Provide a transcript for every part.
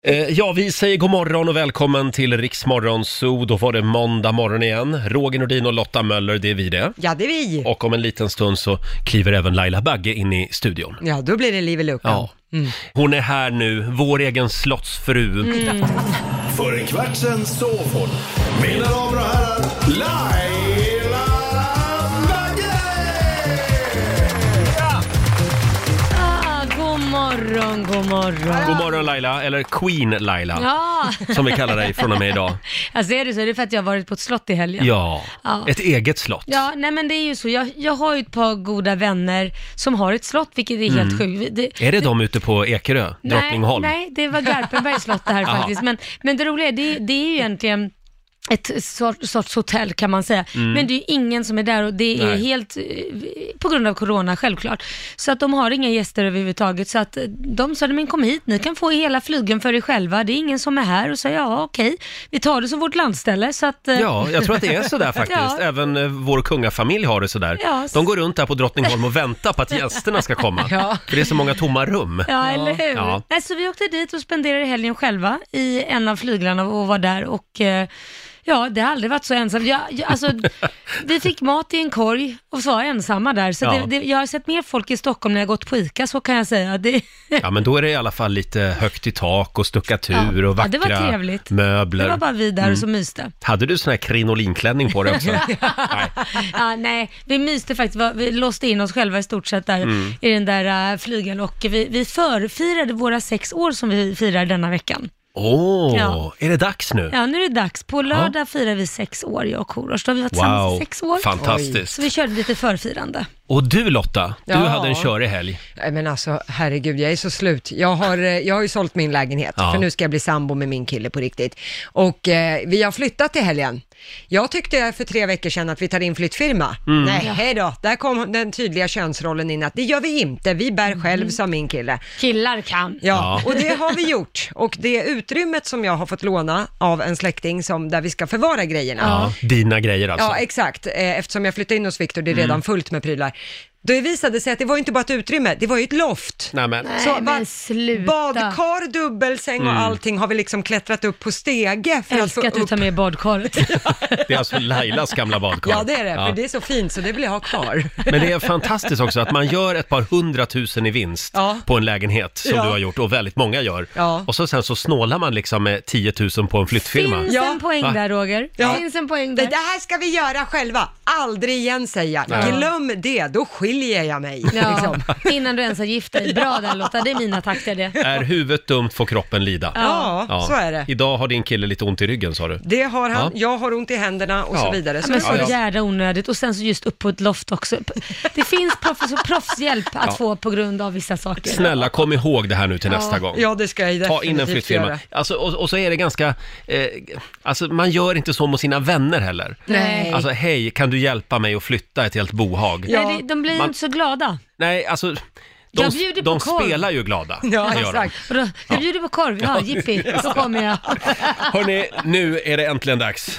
Ja, vi säger god morgon och välkommen till Riksmorgon Zoo. Då var det måndag morgon igen. Roger Nordin och Lotta Möller, det är vi det. Ja, det är vi. Och om en liten stund så kliver även Laila Bagge in i studion. Ja, då blir det liv i luckan. Ja. Hon är här nu, vår egen slottsfru. För en kvart sen sov hon. Mina damer och herrar, Laila Bagge! God morgon, god morgon. God morgon Laila, eller Queen Laila, Ja, som vi kallar dig från och med idag. alltså är det så? Är det för att jag har varit på ett slott i helgen? Ja, Ja. ett eget slott. Ja, nej men det är ju så. Jag har ju ett par goda vänner som har ett slott, vilket är helt sjukt. Är det de ute på Ekerö, Drottningholm? Nej, det var Garpenbergs slott det här faktiskt. Men det roliga är, det är ju egentligen ett sorts hotell kan man säga. Men det är ju ingen som är där och det är helt på grund av corona självklart. Så att de har inga gäster överhuvudtaget. Så att de sa, men kom hit, ni kan få hela flygen för er själva. Det är ingen som är här. Och så ja, okej. Vi tar det som vårt landställe. Så att, Ja, jag tror att det är sådär faktiskt. Ja. Även vår kungafamilj har det sådär. Ja. De går runt där på Drottningholm och väntar på att gästerna ska komma. Ja. För det är så många tomma rum. Ja, eller hur? Ja. Nej, så vi åkte dit och spenderade helgen själva i en av flyglarna och var där och ja, det har aldrig varit så ensam. Alltså, vi fick mat i en korg och så var ensamma där. Så Ja. jag har sett mer folk i Stockholm när jag gått på ICA, så kan jag säga. Ja, men då är det i alla fall lite högt i tak och stuckatur och Ja, det var vackra trevligt. möbler. Det var bara vi där och så myste. Hade du sån här krinolinklädning på dig också? Nej. Ja, nej, vi myste faktiskt. Vi låste in oss själva i stort sett där i den där flygeln och vi förfirade våra 6 år som vi firar denna veckan. Ja. Är det dags nu? Ja, nu är det dags. På lördag firar vi 6 år, jag och Korosh. Då har vi varit tillsammans i 6 år. Fantastiskt. Så vi körde lite förfirande. Och du Lotta, du Ja. hade en körig helg. Nej, men alltså, herregud, jag är så slut. Jag har ju sålt min lägenhet, Ja. för nu ska jag bli sambo med min kille på riktigt. Och vi har flyttat till helgen. Jag tyckte för 3 veckor sedan att vi tar in flyttfirma. Nej, hej då. Där kom den tydliga könsrollen in att det gör vi inte. Vi bär själv, sa min kille. Killar kan. Ja, och det har vi gjort. Och det utrymmet som jag har fått låna av en släkting där vi ska förvara grejerna. Ja, dina grejer alltså. Ja, exakt. Eftersom jag flyttade in hos Victor, det är redan fullt med prylar. Då visade det sig att det var inte bara ett utrymme, det var ju ett loft. Nämen. Nej, men sluta. Badkar, dubbelsäng och allting har vi liksom klättrat upp på stege för Älskar att du tar med badkaret. Det är alltså Lailas gamla badkar. Ja, det är det, för det är så fint så det vill jag ha kvar. Men det är fantastiskt också att man gör ett par 100 000 i vinst på en lägenhet som Ja. du har gjort och väldigt många gör. Ja. Och sen så snålar man liksom med 10 000 på en flyttfirma. Finns en poäng Va? där, Roger. Ja. Finns en poäng Det där. här ska vi göra själva, aldrig igen säger jag. Nej. Glöm det, då skiljer jag mig. Ja, Liksom. innan du ens har gift dig. Bra där Lotta, det är mina takter det. Är huvudet dumt får kroppen lida. Ja, så är det. Idag har din kille lite ont i ryggen sa du. Det har han, Ja. jag har ont i händerna och Ja. så vidare. Ja, Så men så ja. jävla onödigt och sen så just upp på ett loft också. Det finns proffshjälp att få på grund av vissa saker. Snälla kom ihåg det här nu till nästa gång. Ja, det ska jag Ta in en definitivt flyttfirma. göra. Alltså, och så är det ganska, alltså man gör inte så mot sina vänner heller. Nej. Alltså hej, kan du hjälpa mig att flytta ett helt bohag? Ja. Nej, de blir ju inte så glada. Nej, alltså Jag bjuder på de korv. spelar ju glada. Ja, Det gör de. exakt. Och då, jag bjuder på korv, ja, jippi, så kommer jag. Hörrni, nu är det äntligen dags.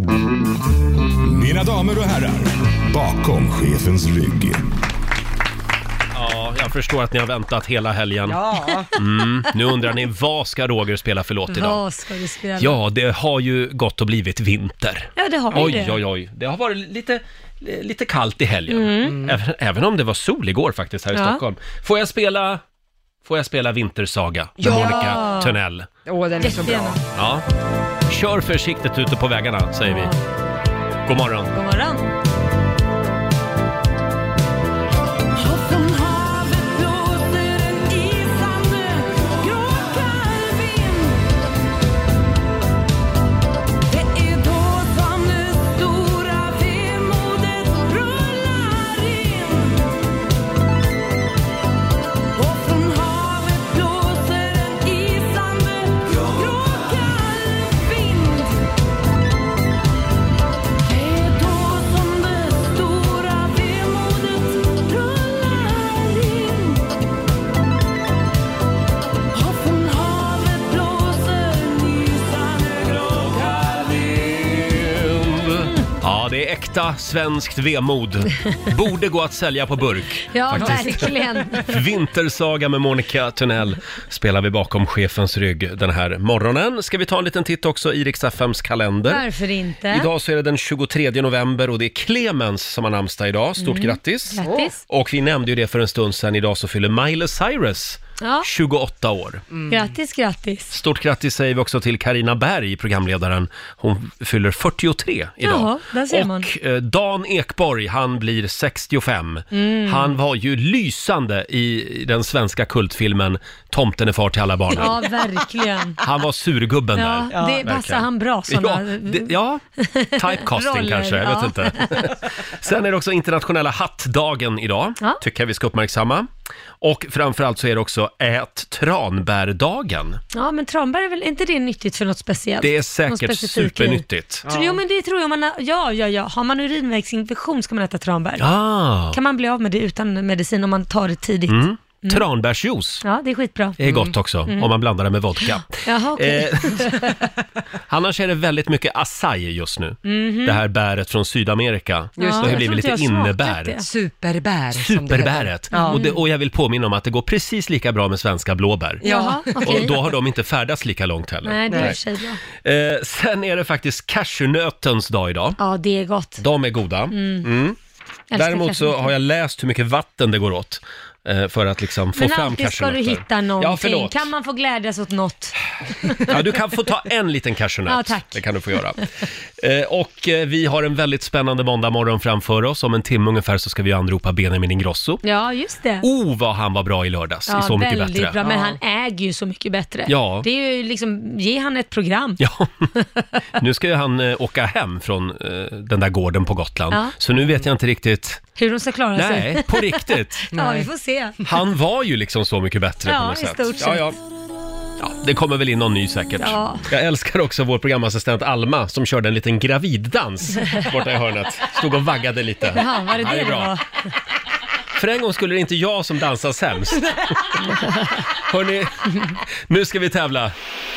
Mina damer och herrar, bakom chefens rygg. Ja, jag förstår att ni har väntat hela helgen. Ja. Nu undrar ni, vad ska Roger spela för låt idag? Vad ska du spela? Ja, det har ju gått och blivit vinter. Ja, det har vi det. Oj. Det har varit lite kallt i helgen. Även om det var sol igår faktiskt här i Ja. Stockholm. Får jag spela Vintersaga med Ja. Monica Törnell? Åh, den är så bra. Jättegärna. Ja. Kör försiktigt ute på vägarna, säger vi. God morgon. God morgon. Det är då som är äkta svenskt vemod. Borde gå att sälja på burk. Ja, faktiskt. verkligen. Vintersaga med Monica Tunnell spelar vi bakom chefens rygg den här morgonen. Ska vi ta en liten titt också i Rix FMs kalender? Varför inte? Idag så är det den 23 november och det är Clemens som har namnsdag idag. Stort grattis! Grattis. Och vi nämnde ju det för en stund sedan. Idag så fyller Miley Cyrus 28 år. Grattis. Stort grattis säger vi också till Carina Berg, programledaren. Hon fyller 43 idag. Jaha, där ser man. Och Dan Ekborg, han blir 65. Han var ju lysande i den svenska kultfilmen Tomten är far till alla barnen. Ja, verkligen. Han var surgubben där. Ja, det passar han bra sådana. Ja, typecasting roller, kanske, jag vet inte. Sen är det också internationella hattdagen idag. Tycker jag vi ska uppmärksamma. Och framförallt så är det också ät tranbärdagen. Ja, men tranbär är väl inte det nyttigt för något speciellt? Det är säkert supernyttigt. Jo, men det tror jag man har, ja. Har man urinvägsinfektion ska man äta tranbär. Kan man bli av med det utan medicin om man tar det tidigt. Tranbärsjuice. Ja, det är skitbra. Det är gott också, om man blandar det med vodka. Jaha, okej. Annars är det väldigt mycket acai just nu. Det här bäret från Sydamerika. Det har blivit lite innebär. Superbär. Superbäret. Och jag vill påminna om att det går precis lika bra med svenska blåbär. Ja, Och då har de inte färdats lika långt heller. Nej, det är i och för sig bra. Sen är det faktiskt cashewnötens dag idag. Ja, det är gott. De är goda. Däremot så har jag läst hur mycket vatten det går åt för att liksom få fram cashewnötter. Men alltid ska du hitta någonting. Ja, kan man få glädjas åt något? Ja, du kan få ta en liten cashewnöt. Ja, tack. Det kan du få göra. Och vi har en väldigt spännande måndag morgon framför oss. Om en timme ungefär så ska vi anropa Benjamin Ingrosso. Ja, just det. Vad han var bra i lördags. I Så mycket väldigt bättre. Bra, men han äger ju Så mycket bättre. Ja. Det är ju liksom, ge han ett program. Ja, nu ska ju han åka hem från den där gården på Gotland. Ja. Så nu vet jag inte riktigt. Hur de ska klara sig. Nej, på riktigt. Ja, vi får se. Han var ju liksom Så mycket bättre på något sätt. I stort sett. Ja, det kommer väl in någon ny säkert. Ja. Jag älskar också vår programassistent Alma som körde en liten graviddans borta i hörnet. Stod och vaggade lite. Jaha, var det är det bra. var? För en gång skulle det inte jag som dansar sämst. Hörrni, nu ska vi tävla.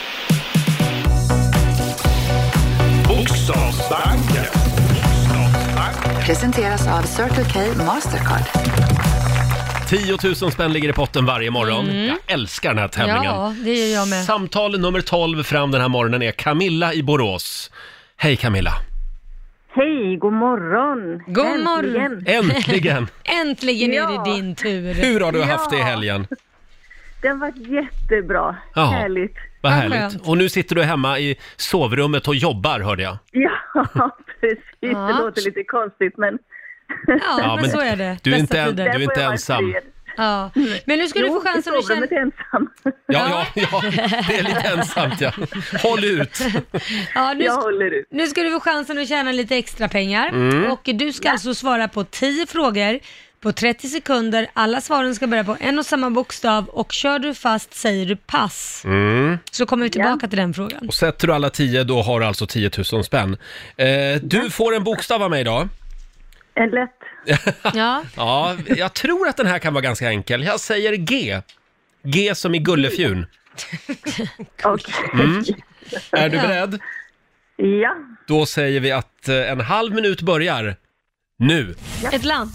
Bokstavsbanken. Presenteras av Circle K Mastercard. 10 000 spänn ligger i potten varje morgon. Jag älskar den här tävlingen. Ja, det gör jag med. Samtal nummer 12 fram den här morgonen är Camilla i Borås. Hej Camilla. Hej, god morgon. God morgon. Äntligen. Äntligen är det din tur. Hur har du haft det i helgen? Det har varit jättebra. Ja. Härligt. Vad Vad härligt. skönt. Och nu sitter du hemma i sovrummet och jobbar, hörde jag. Ja, precis. Ja. Det låter lite konstigt, men... Ja, men så är det. Du är Bästa inte, tider. du är Där får inte jag vara ensam. fred. Ja. Men nu ska du få chansen att känna... sovrummet ensam. Ja, det är lite ensamt, ja. Håll ut. Ja, Jag håller ut. nu ska du få chansen att tjäna lite extra pengar. Och du ska alltså svara på 10 frågor på 30 sekunder. Alla svaren ska börja på en och samma bokstav. Och kör du fast säger du pass. Så kommer vi tillbaka till den frågan. Och sätter du alla 10, då har du alltså 10 000 spänn. Du får en bokstav av mig då. En lätt. Ja. Ja, jag tror att den här kan vara ganska enkel. Jag säger G. G som i gullefjun. Okej. Är du beredd? Ja. Då säger vi att en halv minut börjar nu. Ett land.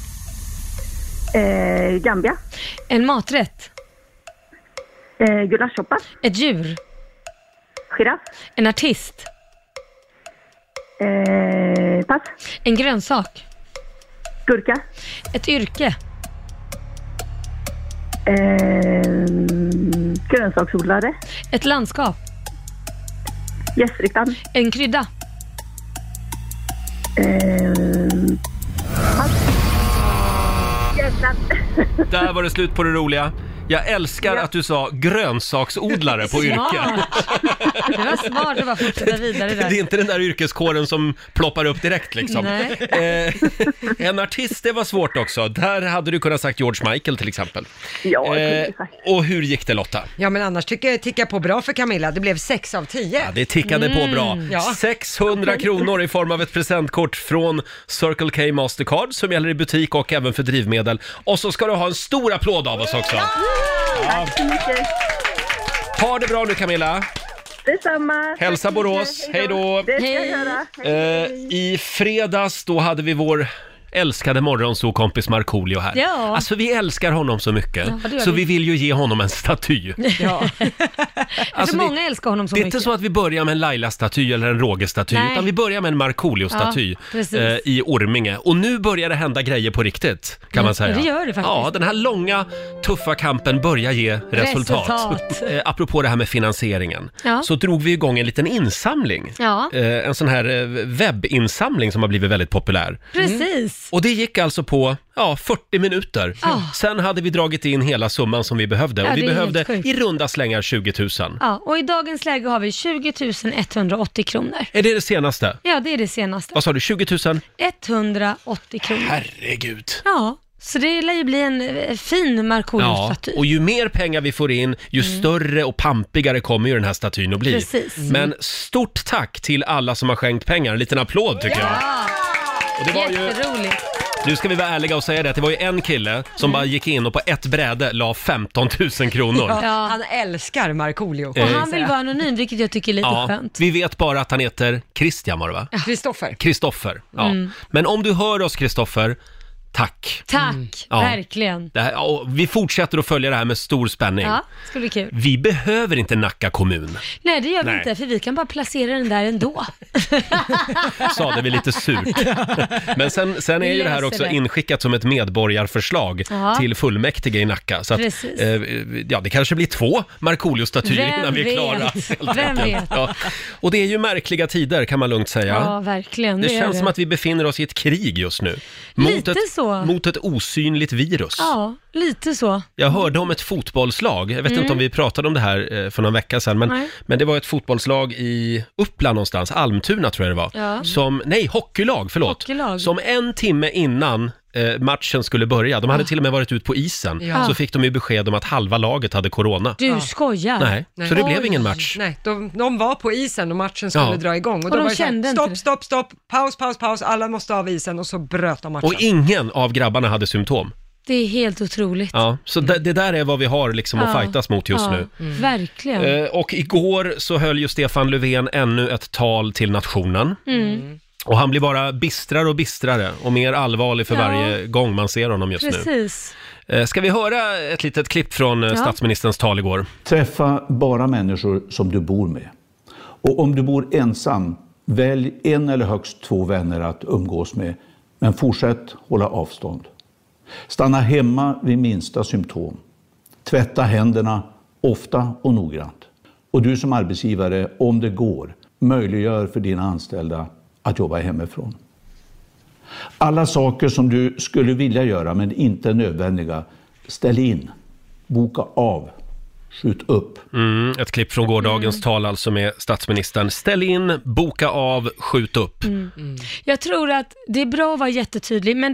Gambia. En maträtt. Gulaschsoppa. Ett djur. Giraff. En artist. Pass. En grönsak. Gurka. Ett yrke. Grönsaksodlare. Ett landskap. Gästriktan. En krydda. Pass. Jävlar. Där var det slut på det roliga. Jag älskar att du sa grönsaksodlare på yrke. Det var smart att bara fortsätta vidare där. Det är inte den där yrkeskåren som ploppar upp direkt liksom. Nej. En artist, det var svårt också. Där hade du kunnat sagt George Michael till exempel. Ja, det kunde sagt. Och hur gick det, Lotta? Ja, men annars tycker jag det tickar på bra för Camilla. Det blev 6 av 10. Ja, det tickade på bra. Ja. 600 kronor i form av ett presentkort från Circle K Mastercard som gäller i butik och även för drivmedel. Och så ska du ha en stor applåd av oss också. Tack så mycket. Ha det bra nu, Camilla. Detsamma. Hälsa Borås, hej då. Det ska jag göra. I fredags då hade vi vår älskade morgonsokompis Markoolio här. Ja. Alltså vi älskar honom så mycket. Ja, så vi vill ju ge honom en staty. Ja. Alltså, många älskar honom så det är mycket. inte så att vi börjar med en Laila-staty eller en Roger-staty, Nej. utan vi börjar med en Markoolio-staty i Orminge. Och nu börjar det hända grejer på riktigt, kan man säga. Det gör det faktiskt. Ja, den här långa, tuffa kampen börjar ge resultat. Apropå det här med finansieringen, så drog vi igång en liten insamling. Ja. En sån här webbinsamling som har blivit väldigt populär. Precis. Och det gick alltså på 40 minuter. Sen hade vi dragit in hela summan som vi behövde. Ja, och vi det är behövde helt sjukt. i runda slängar 20 000. Ja, och i dagens läge har vi 20 180 kronor. Är det senaste? Ja, det är det senaste. Vad sa du? 20 000? 180 kronor. Herregud. Ja, så det lär ju bli en fin Markoolio-staty. Och ju mer pengar vi får in, ju större och pampigare kommer ju den här statyn att bli. Precis. Men stort tack till alla som har skänkt pengar. En liten applåd tycker jag. Och det var jätteroligt. Nu ska vi vara ärliga och säga det, att det var ju en kille som bara gick in och på ett bräde la 15 000 kronor. Ja, han älskar Markoolio. Och han vill vara anonym, vilket jag tycker är lite skönt. Vi vet bara att han heter Christian, var det va? Kristoffer, ja. Men om du hör oss, Kristoffer, tack. Tack, verkligen. Det här, vi fortsätter att följa det här med stor spänning. Ja, skulle bli kul. Vi behöver inte Nacka kommun. Nej, det gör vi inte, för vi kan bara placera den där ändå. Sa det vi lite surt. Men sen är ju det här också inskickat som ett medborgarförslag till fullmäktige i Nacka. Så att, det kanske blir 2 Markoolio-statyer innan vi är klara. Vem vet? Ja. Och det är ju märkliga tider, kan man lugnt säga. Ja, verkligen. Det känns som att vi befinner oss i ett krig just nu. Mot ett osynligt virus. Ja, lite så. Jag hörde om ett fotbollslag. Jag vet inte om vi pratade om det här för någon vecka sedan. Men det var ett fotbollslag i Uppland någonstans. Almtuna tror jag det var. Ja. Hockeylag, förlåt. Som en timme innan matchen skulle börja. De hade till och med varit ut på isen. Ja. Så fick de ju besked om att halva laget hade corona. Du skojar. Nej. Så det blev ingen match. Nej, de var på isen och matchen skulle dra igång. Och de var kände stopp, paus, alla måste av isen och så bröt de matchen. Och ingen av grabbarna hade symptom. Det är helt otroligt. Ja, så det där är vad vi har liksom att fightas mot just nu. Verkligen. Och igår så höll ju Stefan Löfven ännu ett tal till nationen. Och han blir bara bistrare och bistrare och mer allvarlig för varje gång man ser honom just nu. Ska vi höra ett litet klipp från statsministerns tal igår? Träffa bara människor som du bor med. Och om du bor ensam, välj 1 eller högst 2 vänner att umgås med. Men fortsätt hålla avstånd. Stanna hemma vid minsta symptom. Tvätta händerna ofta och noggrant. Och du som arbetsgivare, om det går, möjliggör för dina anställda att jobba hemifrån. Alla saker som du skulle vilja göra men inte är nödvändiga, ställ in, boka av, skjut upp. Ett klipp från gårdagens tal alltså med statsministern. Ställ in, boka av, skjut upp. Jag tror att det är bra att vara jättetydlig, men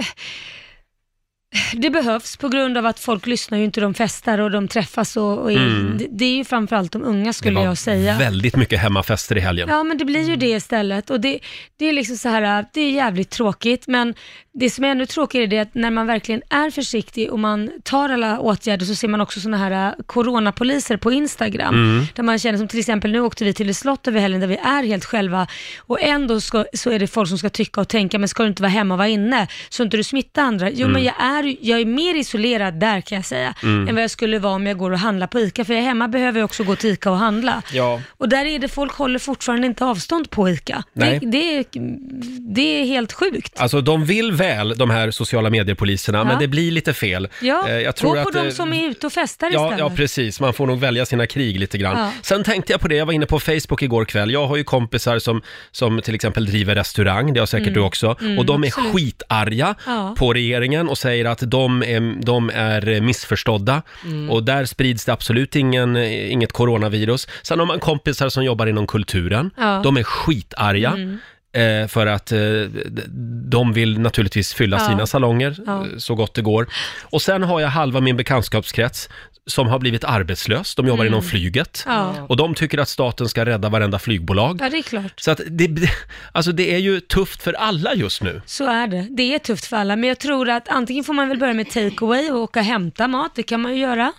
det behövs på grund av att folk lyssnar ju inte, de festar och de träffas det är ju framförallt de unga skulle jag säga. Väldigt mycket hemmafester i helgen. Ja, men det blir ju det istället och det är liksom så här, det är jävligt tråkigt, men det som är ännu tråkigare är att när man verkligen är försiktig och man tar alla åtgärder så ser man också såna här coronapoliser på Instagram där man känner som till exempel, nu åkte vi till ett slott över helgen där vi är helt själva och ändå så är det folk som ska tycka och tänka, men ska du inte vara hemma och vara inne så inte du smittar andra? Jo, men jag är mer isolerad där kan jag säga än vad jag skulle vara om jag går och handlar på ICA, för jag hemma behöver jag också gå till ICA och handla. Ja. Och där är det, folk håller fortfarande inte avstånd på ICA. Det är helt sjukt. Alltså de vill väl, de här sociala mediepoliserna, men det blir lite fel. Ja, jag tror gå på de som är ute och festar istället. Ja, precis. Man får nog välja sina krig lite grann. Ja. Sen tänkte jag på det, jag var inne på Facebook igår kväll. Jag har ju kompisar som till exempel driver restaurang, det har säkert du också. Och de är skitarga på regeringen och säger att de är missförstådda. Och där sprids det absolut inget coronavirus. Sen har man kompisar som jobbar inom kulturen. De är skitarga. För att de vill naturligtvis fylla sina salonger så gott det går. Och sen har jag halva min bekantskapskrets som har blivit arbetslös. De jobbar inom flyget. Och de tycker att staten ska rädda varenda flygbolag. Ja, det är klart. Så att det är ju tufft för alla just nu. Så är det. Det är tufft för alla. Men jag tror att antingen får man väl börja med takeaway och åka och hämta mat. Det kan man ju göra.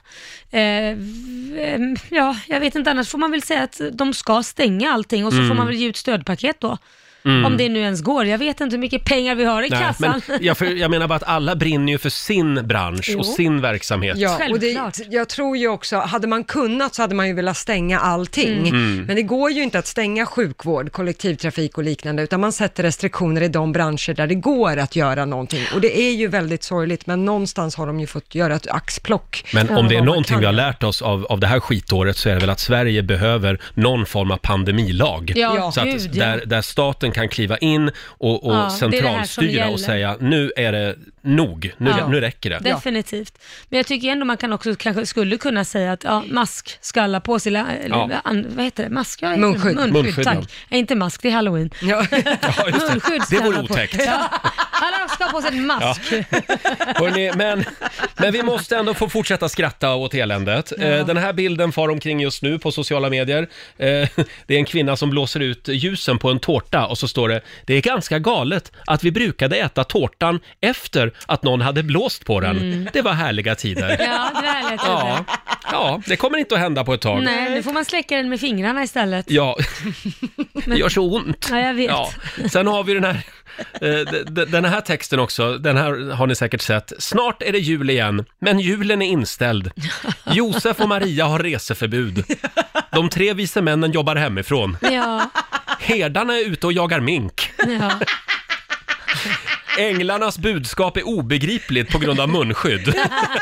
Ja, jag vet inte. Annars får man väl säga att de ska stänga allting. Och så får man väl ge ut stödpaket då. Om det nu ens går. Jag vet inte hur mycket pengar vi har i kassan. Men jag menar bara att alla brinner ju för sin bransch och sin verksamhet. Ja, och jag tror ju också, hade man kunnat så hade man ju velat stänga allting. Men det går ju inte att stänga sjukvård, kollektivtrafik och liknande, utan man sätter restriktioner i de branscher där det går att göra någonting. Och det är ju väldigt sorgligt, men någonstans har de ju fått göra ett axplock. Men om det är någonting vi har lärt oss av det här skitåret så är det väl att Sverige behöver någon form av pandemilag. Ja, så att där staten kan kliva in och centralstyra och säga nu är det nog, nu räcker det. Definitivt. Men jag tycker ändå man kan också kanske skulle kunna säga att mask ska alla på sig, vad heter det? Mask? Munskydd, tack. Inte mask, det är Halloween. Ja, just det. Det vore otäckt. Ja. Alla ska på sig en mask. Hörrni, men vi måste ändå få fortsätta skratta åt eländet. Den här bilden far omkring just nu på sociala medier. Det är en kvinna som blåser ut ljusen på en tårta och så står det är ganska galet att vi brukade äta tårtan efter att någon hade blåst på den. Det var härliga tider. Ja, det var härliga tider. Ja, det kommer inte att hända på ett tag. Nej, nu får man släcka den med fingrarna istället. Ja, det gör så ont. Ja, jag vet. Ja. Sen har vi den här texten också, den här har ni säkert sett. Snart är det jul igen, men julen är inställd. Josef och Maria har reseförbud. De 3 vise männen jobbar hemifrån. Ja. Herdarna är ute och jagar mink. Ja. Änglarnas budskap är obegripligt på grund av munskydd.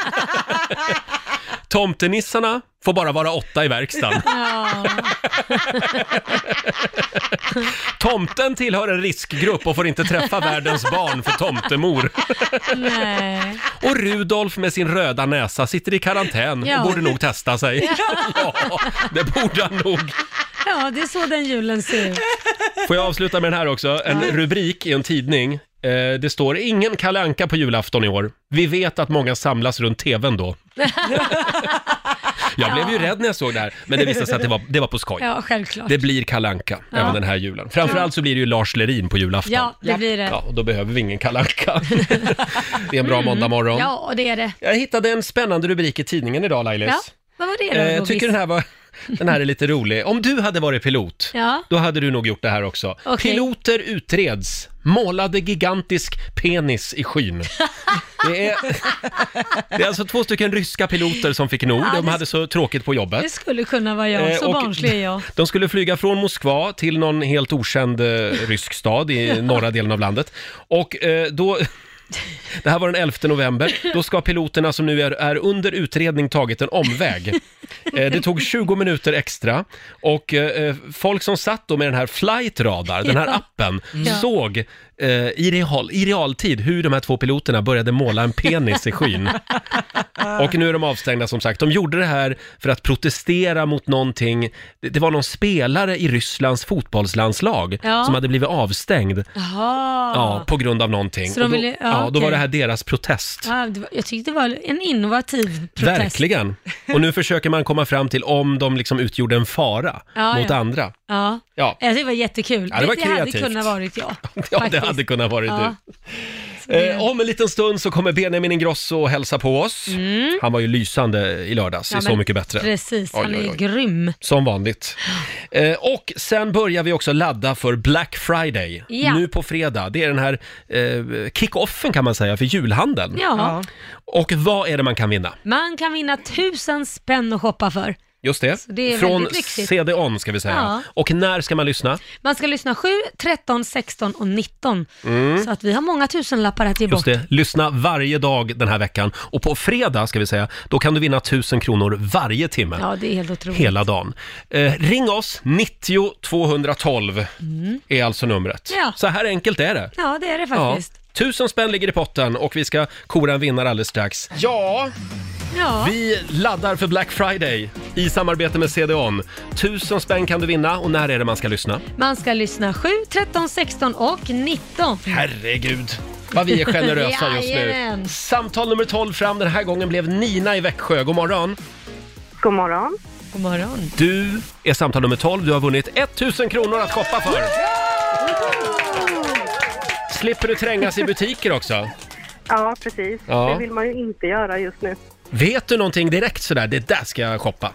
Tomtenissarna får bara vara 8 i verkstaden. Ja. Tomten tillhör en riskgrupp och får inte träffa världens barn för tomtemor. Nej. Och Rudolf med sin röda näsa sitter i karantän och borde nog testa sig. Ja, det borde han nog. Ja, det är så den julen ser ut. Får jag avsluta med den här också? En rubrik i en tidning. Det står ingen Kalle Anka på julafton i år. Vi vet att många samlas runt tvn då. Jag blev ju rädd när jag såg det här, men det visade sig att det var på skoj. Ja, självklart. Det blir Kalle Anka även den här julen. Framförallt så blir det ju Lars Lerin på julafton. Ja, det blir det. Ja, och då behöver vi ingen Kalle Anka. Det är en bra måndag morgon. Ja, det är det. Jag hittade en spännande rubrik i tidningen idag, Lailis. Ja, vad var det då? Jag tycker den här är lite rolig. Om du hade varit pilot, då hade du nog gjort det här också. Okay. Piloter utreds. Målade gigantisk penis i skyn. Det är alltså 2 stycken ryska piloter som fick nog. De hade så tråkigt på jobbet. Det skulle kunna vara jag, så barnslig är jag. De skulle flyga från Moskva till någon helt okänd rysk stad i norra delen av landet. Och då... Det här var den 11 november. Då ska piloterna som nu är under utredning tagit en omväg. Det tog 20 minuter extra. Och folk som satt då med den här Flight Radar, den här appen, såg i realtid hur de här 2 piloterna började måla en penis i skyn. Och nu är de avstängda som sagt. De gjorde det här för att protestera mot någonting. Det var någon spelare i Rysslands fotbollslandslag som hade blivit avstängd. Ja, på grund av någonting. Då var det här deras protest. Ja, jag tyckte det var en innovativ protest. Verkligen. Och nu försöker man komma fram till om de liksom utgjorde en fara mot andra. Ja, det var jättekul. Ja, det var kreativt. Det hade kunnat varit jag. Ja, det hade kunnat varit du. Om en liten stund så kommer Benjamin Ingrosso och hälsa på oss. Han var ju lysande i lördags, Så mycket bättre. Precis, han är grym. Som vanligt. Och sen börjar vi också ladda för Black Friday. Nu på fredag. Det är den här kick-offen kan man säga för julhandeln. Ja. Och vad är det man kan vinna? Man kan vinna 1000 spänn att shoppa för. Just det. Det är från CD-ON ska vi säga. Ja. Och när ska man lyssna? Man ska lyssna 7, 13, 16 och 19. Så att vi har många tusenlappar att ge bort. Just det. Lyssna varje dag den här veckan. Och på fredag ska vi säga, då kan du vinna 1000 kronor varje timme. Ja, det är helt otroligt. Hela dagen. Ring oss, 90 212 är alltså numret. Ja. Så här enkelt är det. Ja, det är det faktiskt. 1000 spänn ligger i potten och vi ska kora en vinnare alldeles strax. Ja. Vi laddar för Black Friday i samarbete med CD-ON. 1000 spänn kan du vinna och när är det man ska lyssna? Man ska lyssna 7, 13, 16 och 19. Herregud. Vad vi är generösa just nu. Jajamän. Samtal nummer 12 fram den här gången blev Nina i Växjö. God morgon. God morgon. God morgon. Du är samtal nummer 12. Du har vunnit 1000 kronor att shoppa för. Slipper du trängas i butiker också? Ja, precis. Ja. Det vill man ju inte göra just nu. Vet du någonting direkt sådär? Det där ska jag shoppa.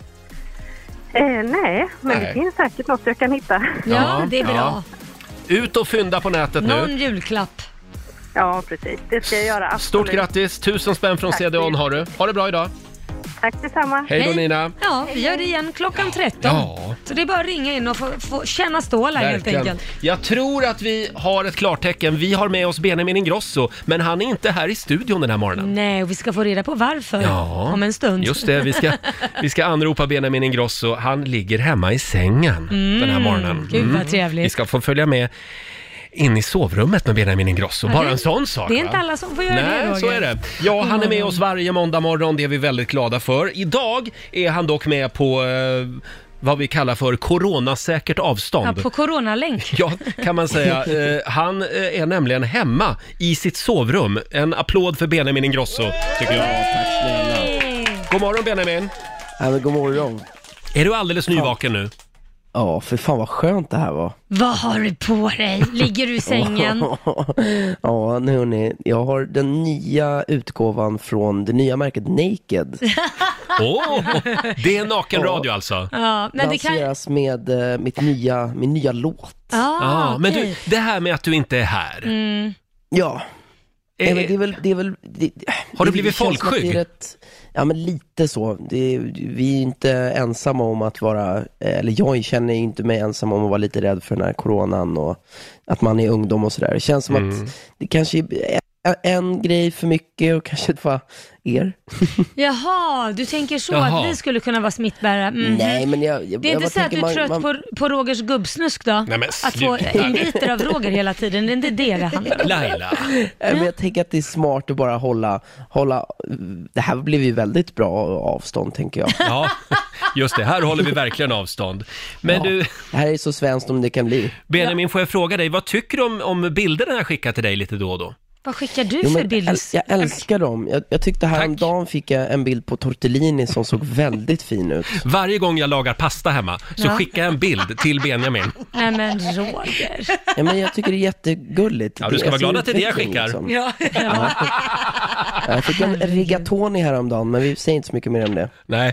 Nej, men Nej. det finns säkert något jag kan hitta. Ja, det är bra. Ja. Ut och fynda på nätet nu. Någon julklapp. Ja, precis. Det ska jag göra. Absolut. Stort grattis. 1000 spänn från Tack. CDON har du. Ha det bra idag. Tack detsamma. Hej då Nina. Ja, vi gör det igen klockan 13. Ja. Så det är bara att ringa in och få känna stålar helt enkelt. Jag tror att vi har ett klartecken. Vi har med oss Benjamin Ingrosso, men han är inte här i studion den här morgonen. Nej, och vi ska få reda på varför om en stund. Just det, vi ska anropa Benjamin Ingrosso. Han ligger hemma i sängen den här morgonen. Gud vad trevligt. Vi ska få följa med in i sovrummet med Benjamin Ingrosso. Bara en sån sak. Det är va? inte alla som får göra det, Nej, Roger. så är det. Ja, han är med oss varje måndag morgon. Det är vi väldigt glada för. Idag är han dock med på vad vi kallar för coronasäkert avstånd. Ja, på coronalänk. Ja, kan man säga. Han är nämligen hemma i sitt sovrum. En applåd för Benjamin Ingrosso, tycker jag. Tack snälla. God morgon Benjamin. Ja, men god morgon. Är du alldeles nyvaken nu? Ja, för fan vad skönt det här var. Vad har du på dig? Ligger du i sängen? Ja, nu hörni, jag har den nya utgåvan från det nya märket Naked. Det är nakenradio alltså. Ja, men det kan... Lanseras med min nya låt. Men du, det här med att du inte är här. Ja. Nej, men det är väl har du blivit folkskygg? Ja, men lite så. Vi är inte ensamma om att vara, eller jag känner inte mig ensam om att vara lite rädd för den här coronan och att man är ungdom och sådär. Det känns som att det kanske är en grej för mycket och kanske inte var er. Jaha, du tänker så att vi skulle kunna vara smittbärare. Nej, men jag det är inte så att du är trött på Rogers gubbsnösk då? Nej, men att få inviter av Roger hela tiden, det är inte det handlar om. Laila. Men jag tänker att det är smart att bara hålla. Det här blev ju väldigt bra avstånd, tänker jag. Ja, just det. Här håller vi verkligen avstånd. Men du... Det här är så svenskt om det kan bli. Benjamin, får jag fråga dig, vad tycker du om bilderna jag skickar till dig lite då och då? Vad skickar du för bilder? Jag älskar dem. Jag tyckte häromdagen fick jag en bild på tortellini som såg väldigt fin ut. Varje gång jag lagar pasta hemma så skickar jag en bild till Benjamin. Nej men Roger. Ja, men jag tycker det är jättegulligt. Ja, du ska vara glad att det är det jag skickar. Liksom. Ja. Jag fick en rigatoni häromdagen, men vi säger inte så mycket mer om det. Nej.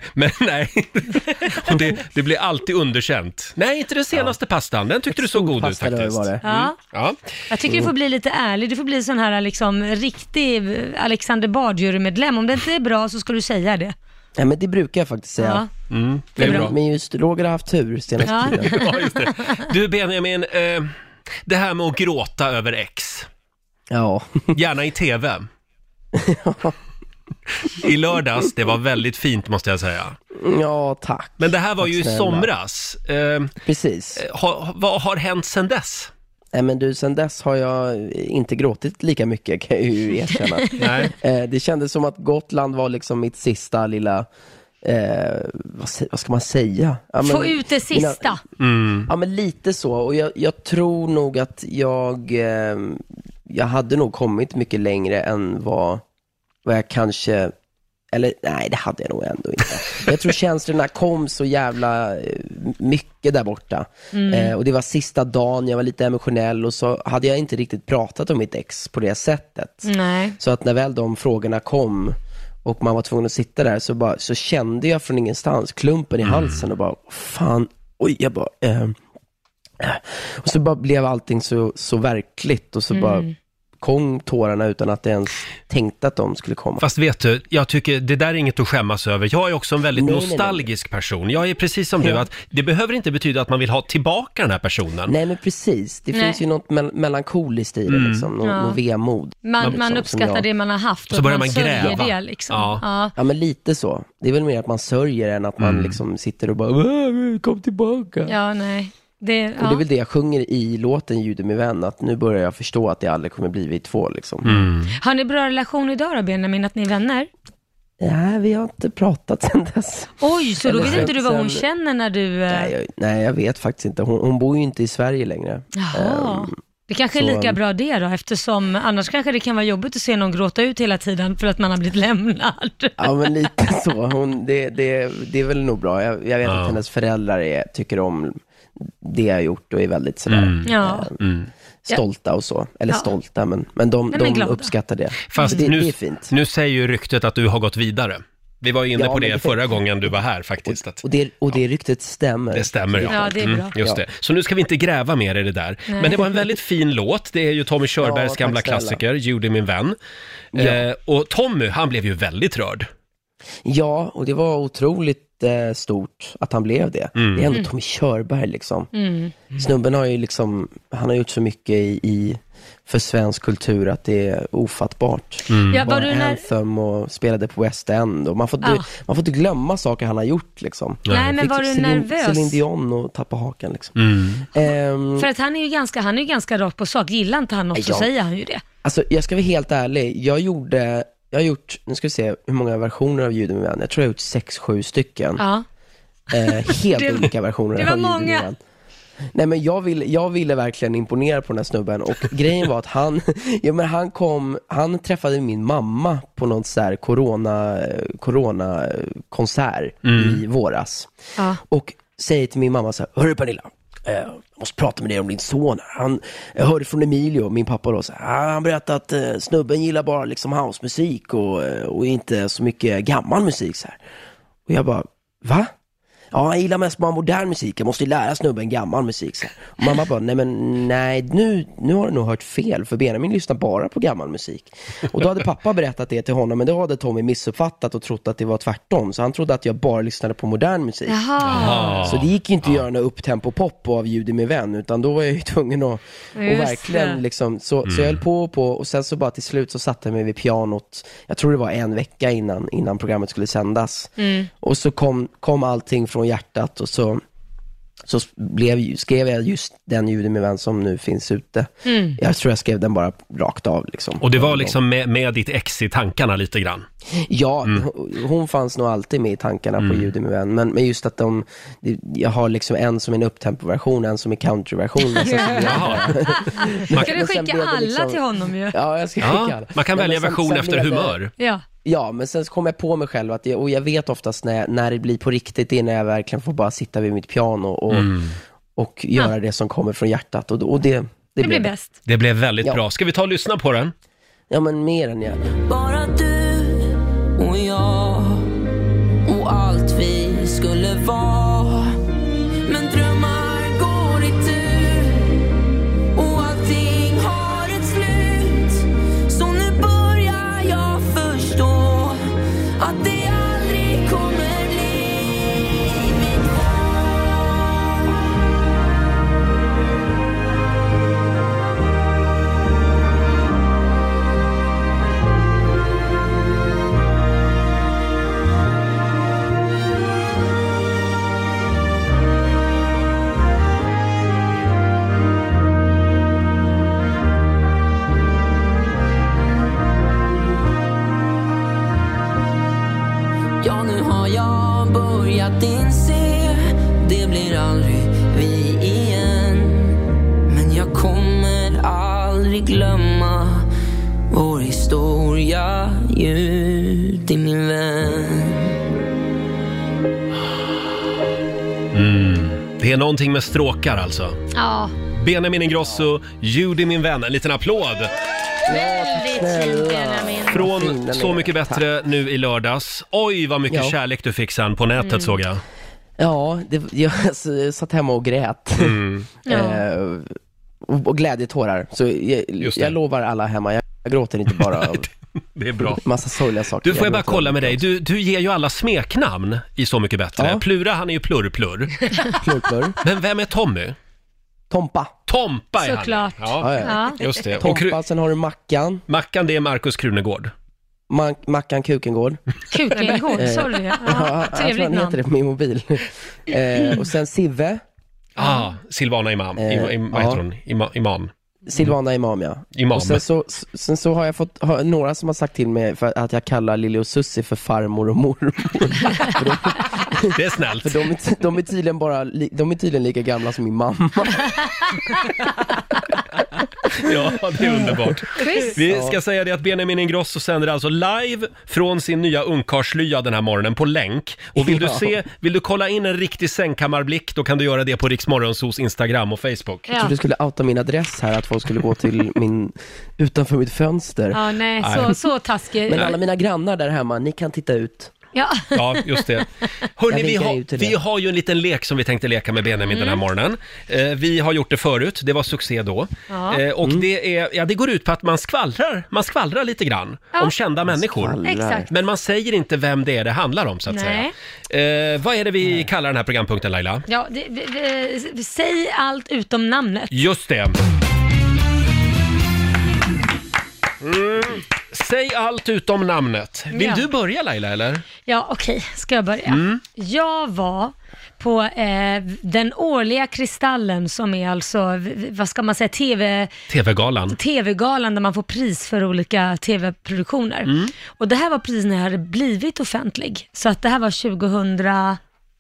Och det blir alltid underkänt. Nej, inte den senaste pastan. Den tyckte du så god ut faktiskt. Var det. Ja. Jag tycker du får bli lite ärlig. Du får bli sån här liksom riktig Alexander Bard-jurymedlem. Om det inte är bra så ska du säga det. Ja, men det brukar jag faktiskt säga. Ja. Det är bra. Men just Roger har haft tur senaste tiden. Ja, just det. Du Benjamin, det här med att gråta över ex. Ja. Gärna i tv. I lördags, det var väldigt fint måste jag säga. Ja, tack. Men det här var ju i snälla. somras. Precis. Vad har hänt sedan dess? Nej, men du, sen dess har jag inte gråtit lika mycket, kan jag ju erkänna. Nej. Det kändes som att Gotland var liksom mitt sista lilla, vad ska man säga? Ja, men, få ut det sista. Ja, men lite så. Och jag tror nog att jag hade nog kommit mycket längre än vad jag kanske... Eller nej, det hade jag nog ändå inte. Jag tror känslorna kom så jävla mycket där borta. Och det var sista dagen, jag var lite emotionell och så hade jag inte riktigt pratat om mitt ex på det sättet. Nej. Så att när väl de frågorna kom och man var tvungen att sitta där så kände jag från ingenstans klumpen i halsen och bara, fan, oj, jag bara... Och så bara blev allting så verkligt och så bara... kom tårarna utan att jag ens tänkte att de skulle komma. Fast vet du, jag tycker det där är inget att skämmas över. Jag är också en väldigt nostalgisk person. Jag är precis som du, att det behöver inte betyda att man vill ha tillbaka den här personen. Nej, men precis. Det finns ju något melankoliskt i det, liksom. Något vemod. Man uppskattar det man har haft och så börjar man gräva. Det, liksom. Ja, men lite så. Det är väl mer att man sörjer än att man liksom sitter och bara kom tillbaka. Ja, nej. Och det är väl det jag sjunger i låten Jude min vän, att nu börjar jag förstå att det aldrig kommer bli vi två liksom. Har ni bra relation idag då, Benjamin, att ni är vänner? Nej, vi har inte pratat sen dess. Oj, så då vet inte du vad hon känner när du... Nej, jag vet faktiskt inte. Hon bor ju inte i Sverige längre. Jaha. Det kanske är lika bra det då, eftersom annars kanske det kan vara jobbigt att se någon gråta ut hela tiden för att man har blivit lämnad. Ja, men lite så. Det är väl nog bra. Jag vet att hennes föräldrar tycker om det jag har gjort och är väldigt sådär stolta och så. Eller stolta, men de uppskattar det. Fast det är fint. Nu säger ju ryktet att du har gått vidare. Vi var inne på det förra gången du var här faktiskt. Och det ryktet stämmer. Det stämmer, ja. Det är bra. Just det. Så nu ska vi inte gräva mer i det där. Nej. Men det var en väldigt fin låt. Det är ju Tommy Körbergs gamla klassiker, Judy min vän. Och Tommy, han blev ju väldigt rörd. Ja, och det var otroligt stort att han blev det. Det är ändå Tommy Körberg liksom. Snubben har ju liksom, han har gjort så mycket för svensk kultur att det är ofattbart. Ja, var du Anthem och spelade på West End och man får inte glömma saker han har gjort liksom. Nej, men var du nervös? Celine Dion och tappa hakan liksom. För att han är ju ganska rakt på sak. Gillar inte han också, säger han ju det. Alltså, jag ska vara helt ärlig. Jag har gjort, nu ska vi se hur många versioner av Judy min vän. Jag tror jag har gjort 6-7 stycken. Ja. Helt olika versioner det var av Judy många. min vän. Nej, men jag ville verkligen imponera på den här snubben. Och grejen var att han träffade min mamma på någon så här corona-konsert i våras. Och säger till min mamma så här: hörru Pernilla, jag måste prata med dig om din son. Jag hörde från Emilio, min pappa då, så här, han berättade att snubben gillar bara liksom housemusik och inte så mycket gammal musik så här. Och jag bara, va? Ja, jag gillar mest bara modern musik. Jag måste lära snubben gammal musik så här. Och mamma bara, nej, nu har du nog hört fel, för Benjamin lyssnar bara på gammal musik. Och då hade pappa berättat det till honom, men då hade Tommy missuppfattat och trott att det var tvärtom. Så han trodde att jag bara lyssnade på modern musik. Jaha. Så det gick inte att göra några upptempo-pop av Judy min vän, utan då var jag ju tvungen att verkligen liksom, så jag höll på och sen så bara till slut så satte jag mig vid pianot. Jag tror det var en vecka innan programmet skulle sändas. Och så kom allting från hjärtat och så skrev jag just den Judy min vän som nu finns ute. Jag tror jag skrev den bara rakt av liksom. Och det var liksom med ditt ex i tankarna lite grann? Ja, hon fanns nog alltid med i tankarna på Judy min vän, men just att jag har liksom en som är en upptempo-version, en som är country-version. Man kan du skicka alla liksom till honom ju. Ja, jag ska skicka alla. Man kan välja version efter humör. Ja, men sen kom jag på mig själv att och jag vet oftast när det blir på riktigt, det är när jag verkligen får bara sitta vid mitt piano och göra det som kommer från hjärtat, och det blir bäst. Det blev väldigt bra. Ska vi ta och lyssna på den? Ja, men mer än gärna. Bara du och jag och allt vi skulle vara, men drömmar går i tur och allting har ett slut. Så nu börjar jag förstå att det aldrig kommer bli mitt Ja, nu har jag börjat inse, det blir aldrig vi igen. Men jag kommer aldrig glömma vår historia, Judy min vän. Det är någonting med stråkar alltså. Ja. Benjamin Ingrosso, Judy min vän. En liten applåd. Väldigt fint, Benjamin. Från Så mycket bättre nu i lördags. Oj, vad mycket kärlek du fick sen på nätet, såg jag. Ja, jag satt hemma och grät. Och glädjetårar. Så jag lovar alla hemma, jag gråter inte bara av det är bra. Massa sorgliga saker. Du, får jag bara kolla med dig. Du ger ju alla smeknamn i Så mycket bättre. Ja. Plura, han är ju Plurr. Men vem är Tommy? Tompa är såklart. Han. Ja, just det. Tompa, sen har du Mackan. Mackan, det är Markus Krunegård. Mackan Kukengård. Kukengård, sorry. Ja, trevligt namn. Jag tror han heter det på min mobil. Och sen Sive. Silvana Imam. Vad heter hon? Imam. Silvana Imam, ja. Imam. Och sen så har jag fått några som har sagt till mig för att jag kallar Lili och Sussi för farmor och mormor. Det är snällt. För de är tydligen lika gamla som min mamma. Ja, det är underbart. Vi ska säga det att Benjamin Ingrosso sänder alltså live från sin nya ungkarslya den här morgonen på länk. Och vill du kolla in en riktig sängkammarblick, då kan du göra det på Rix Morgonzos Instagram och Facebook. Jag trodde du skulle outa min adress här, att folk skulle gå till utanför mitt fönster. Ja, nej, så taskigt. Men alla mina grannar där hemma, ni kan titta ut. Ja, just det. Hörrni, vi har ju en liten lek som vi tänkte leka med Benjamin den här morgonen. Vi har gjort det förut, det var succé då. Och det går ut på att man skvallrar lite grann om kända människor. Exakt. Men man säger inte vem det är det handlar om, så att säga. Vad är det vi kallar den här programpunkten, Laila? Ja, säg allt utom namnet. Just det. Säg allt utom namnet. Vill du börja, Laila, eller? Ja, okej. Ska jag börja? Jag var på den årliga Kristallen, som är alltså, vad ska man säga, TV-galan där man får pris för olika TV-produktioner. Och det här var prisen när jag hade blivit offentlig. Så att det här var 2008.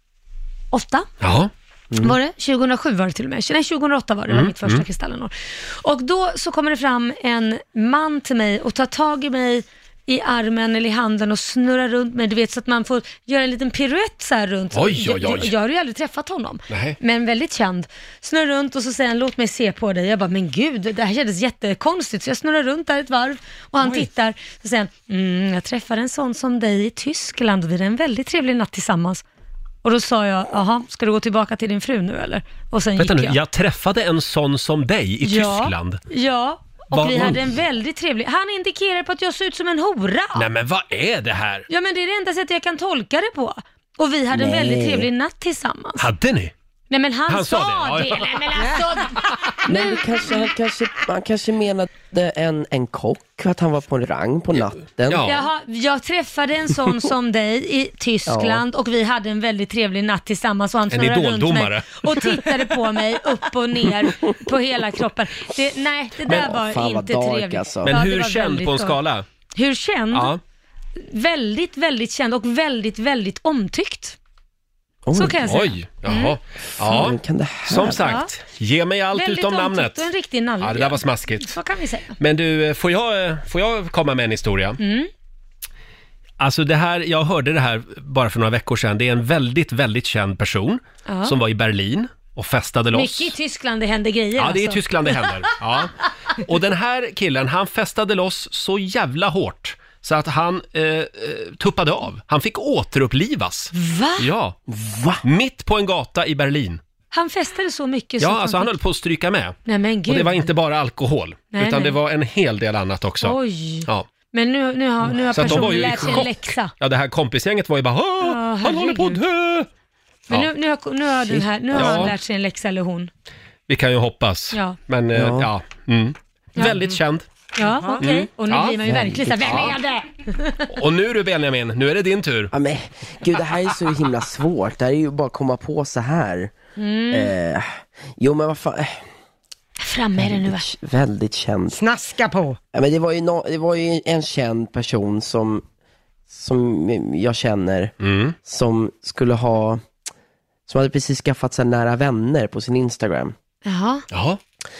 Ja. Var det? 2007 var det till och med. Nej, 2008 var det, var mitt första Kristallenår. Och då så kommer det fram en man till mig och tar tag i mig i armen eller i handen och snurrar runt mig, du vet, så att man får göra en liten piruett så här runt. Oj. Jag har ju aldrig träffat honom. Nej. Men väldigt känd. Snurrar runt och så säger han, låt mig se på dig. Jag bara, men gud, det här kändes jättekonstigt. Så jag snurrar runt där ett varv och han tittar. Så säger han, jag träffade en sån som dig i Tyskland och vi hade en väldigt trevlig natt tillsammans. Och då sa jag, jaha, ska du gå tillbaka till din fru nu eller? Och sen gick jag. Jag träffade en sån som dig i Tyskland. Ja. Och vi hade en väldigt trevlig... Han indikerar på att jag såg ut som en hora. Nej, men vad är det här? Ja, men det är det enda sättet jag kan tolka det på. Och vi hade en väldigt trevlig natt tillsammans. Hade ni? Nej, men han sa det. Ja. Nej, men alltså... Men han kanske menade en kock, att han var på en rang på natten. Ja. Jaha, jag träffade en sån som dig i Tyskland och vi hade en väldigt trevlig natt tillsammans och han snurrade runt mig och tittade på mig upp och ner på hela kroppen. Det där var inte trevligt. Alltså. Men hur känd på en skala? Hur känd? Ja. Väldigt, väldigt känd och väldigt, väldigt omtyckt. Så kan jag säga. Oj, jaha. Ja, som sagt, ge mig allt väldigt utom namnet. Och en riktig nalle. Ja, det där var smaskigt. Så kan vi säga. Men du, får jag komma med en historia? Alltså det här, jag hörde det här bara för några veckor sedan. Det är en väldigt, väldigt känd person som var i Berlin och festade loss. Mycket i Tyskland det händer grejer. Ja, det är i alltså. Tyskland det händer. Ja. Och den här killen, han festade loss så jävla hårt så att han tuppade av. Han fick återupplivas. Va? Ja. Va? Mitt på en gata i Berlin. Han festade så mycket. Ja, alltså han höll på att stryka med. Nej, men gud. Och det var inte bara alkohol, utan det var en hel del annat också. Oj. Ja. Men nu har personen lärt sig en läxa. Ja, det här kompisgänget var ju bara, han håller på att dö. Men nu har han lärt sig en läxa, eller hon. Vi kan ju hoppas. Ja. Men väldigt känd. Ja, okej. Och nu blir man ju verkligen så här, vem är det? Och nu du Benjamin, nu är det din tur. Ja, men gud, det här är så himla svårt. Det här är ju bara att komma på så här. Jo, men vad fan... Fram med det nu, va? Väldigt känd. Snaska på. Ja, men det var ju en känd person som jag känner som hade precis skaffat sig nära vänner på sin Instagram. Jaha.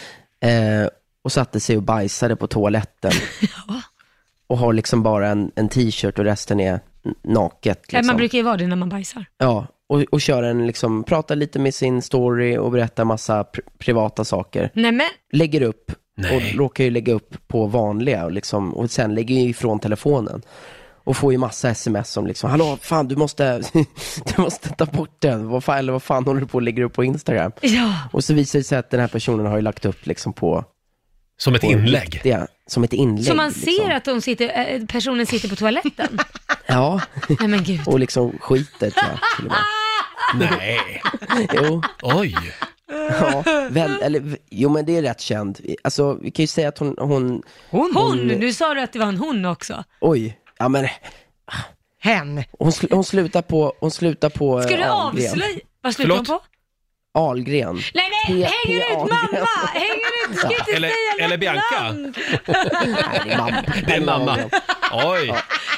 Och satte sig och bajsade på toaletten. Ja. Och har liksom bara en t-shirt och resten är naket. Liksom. Man brukar ju vara det när man bajsar. Ja, och kör liksom, pratar lite med sin story och berättar massa privata saker. Nämen. Lägger upp och råkar ju lägga upp på vanliga och sen lägger ju ifrån telefonen. Och får ju massa sms som liksom, hallå, fan, du måste ta bort den. Vad fan håller du på och lägger upp på Instagram? Ja. Och så visar det sig att den här personen har ju lagt upp liksom på... Som ett inlägg? Som ett inlägg. Så man ser att personen sitter på toaletten? Ja. Nej, men gud. Och liksom skiter, tror jag, till och med. Nej. Jo. Oj. Ja, jo, men det är rätt känd. Alltså, vi kan ju säga att hon... Nu sa du att det var en hon också. Oj, ja men... Hen. Hon slutar på Ska du avslöja? Vad slutar hon på? Ahlgren. Nej, hänger ut mamma! Hänger ut, ska inte säga eller Bianca. Nej, det är mamma. Det är mamma. Oj. Ja.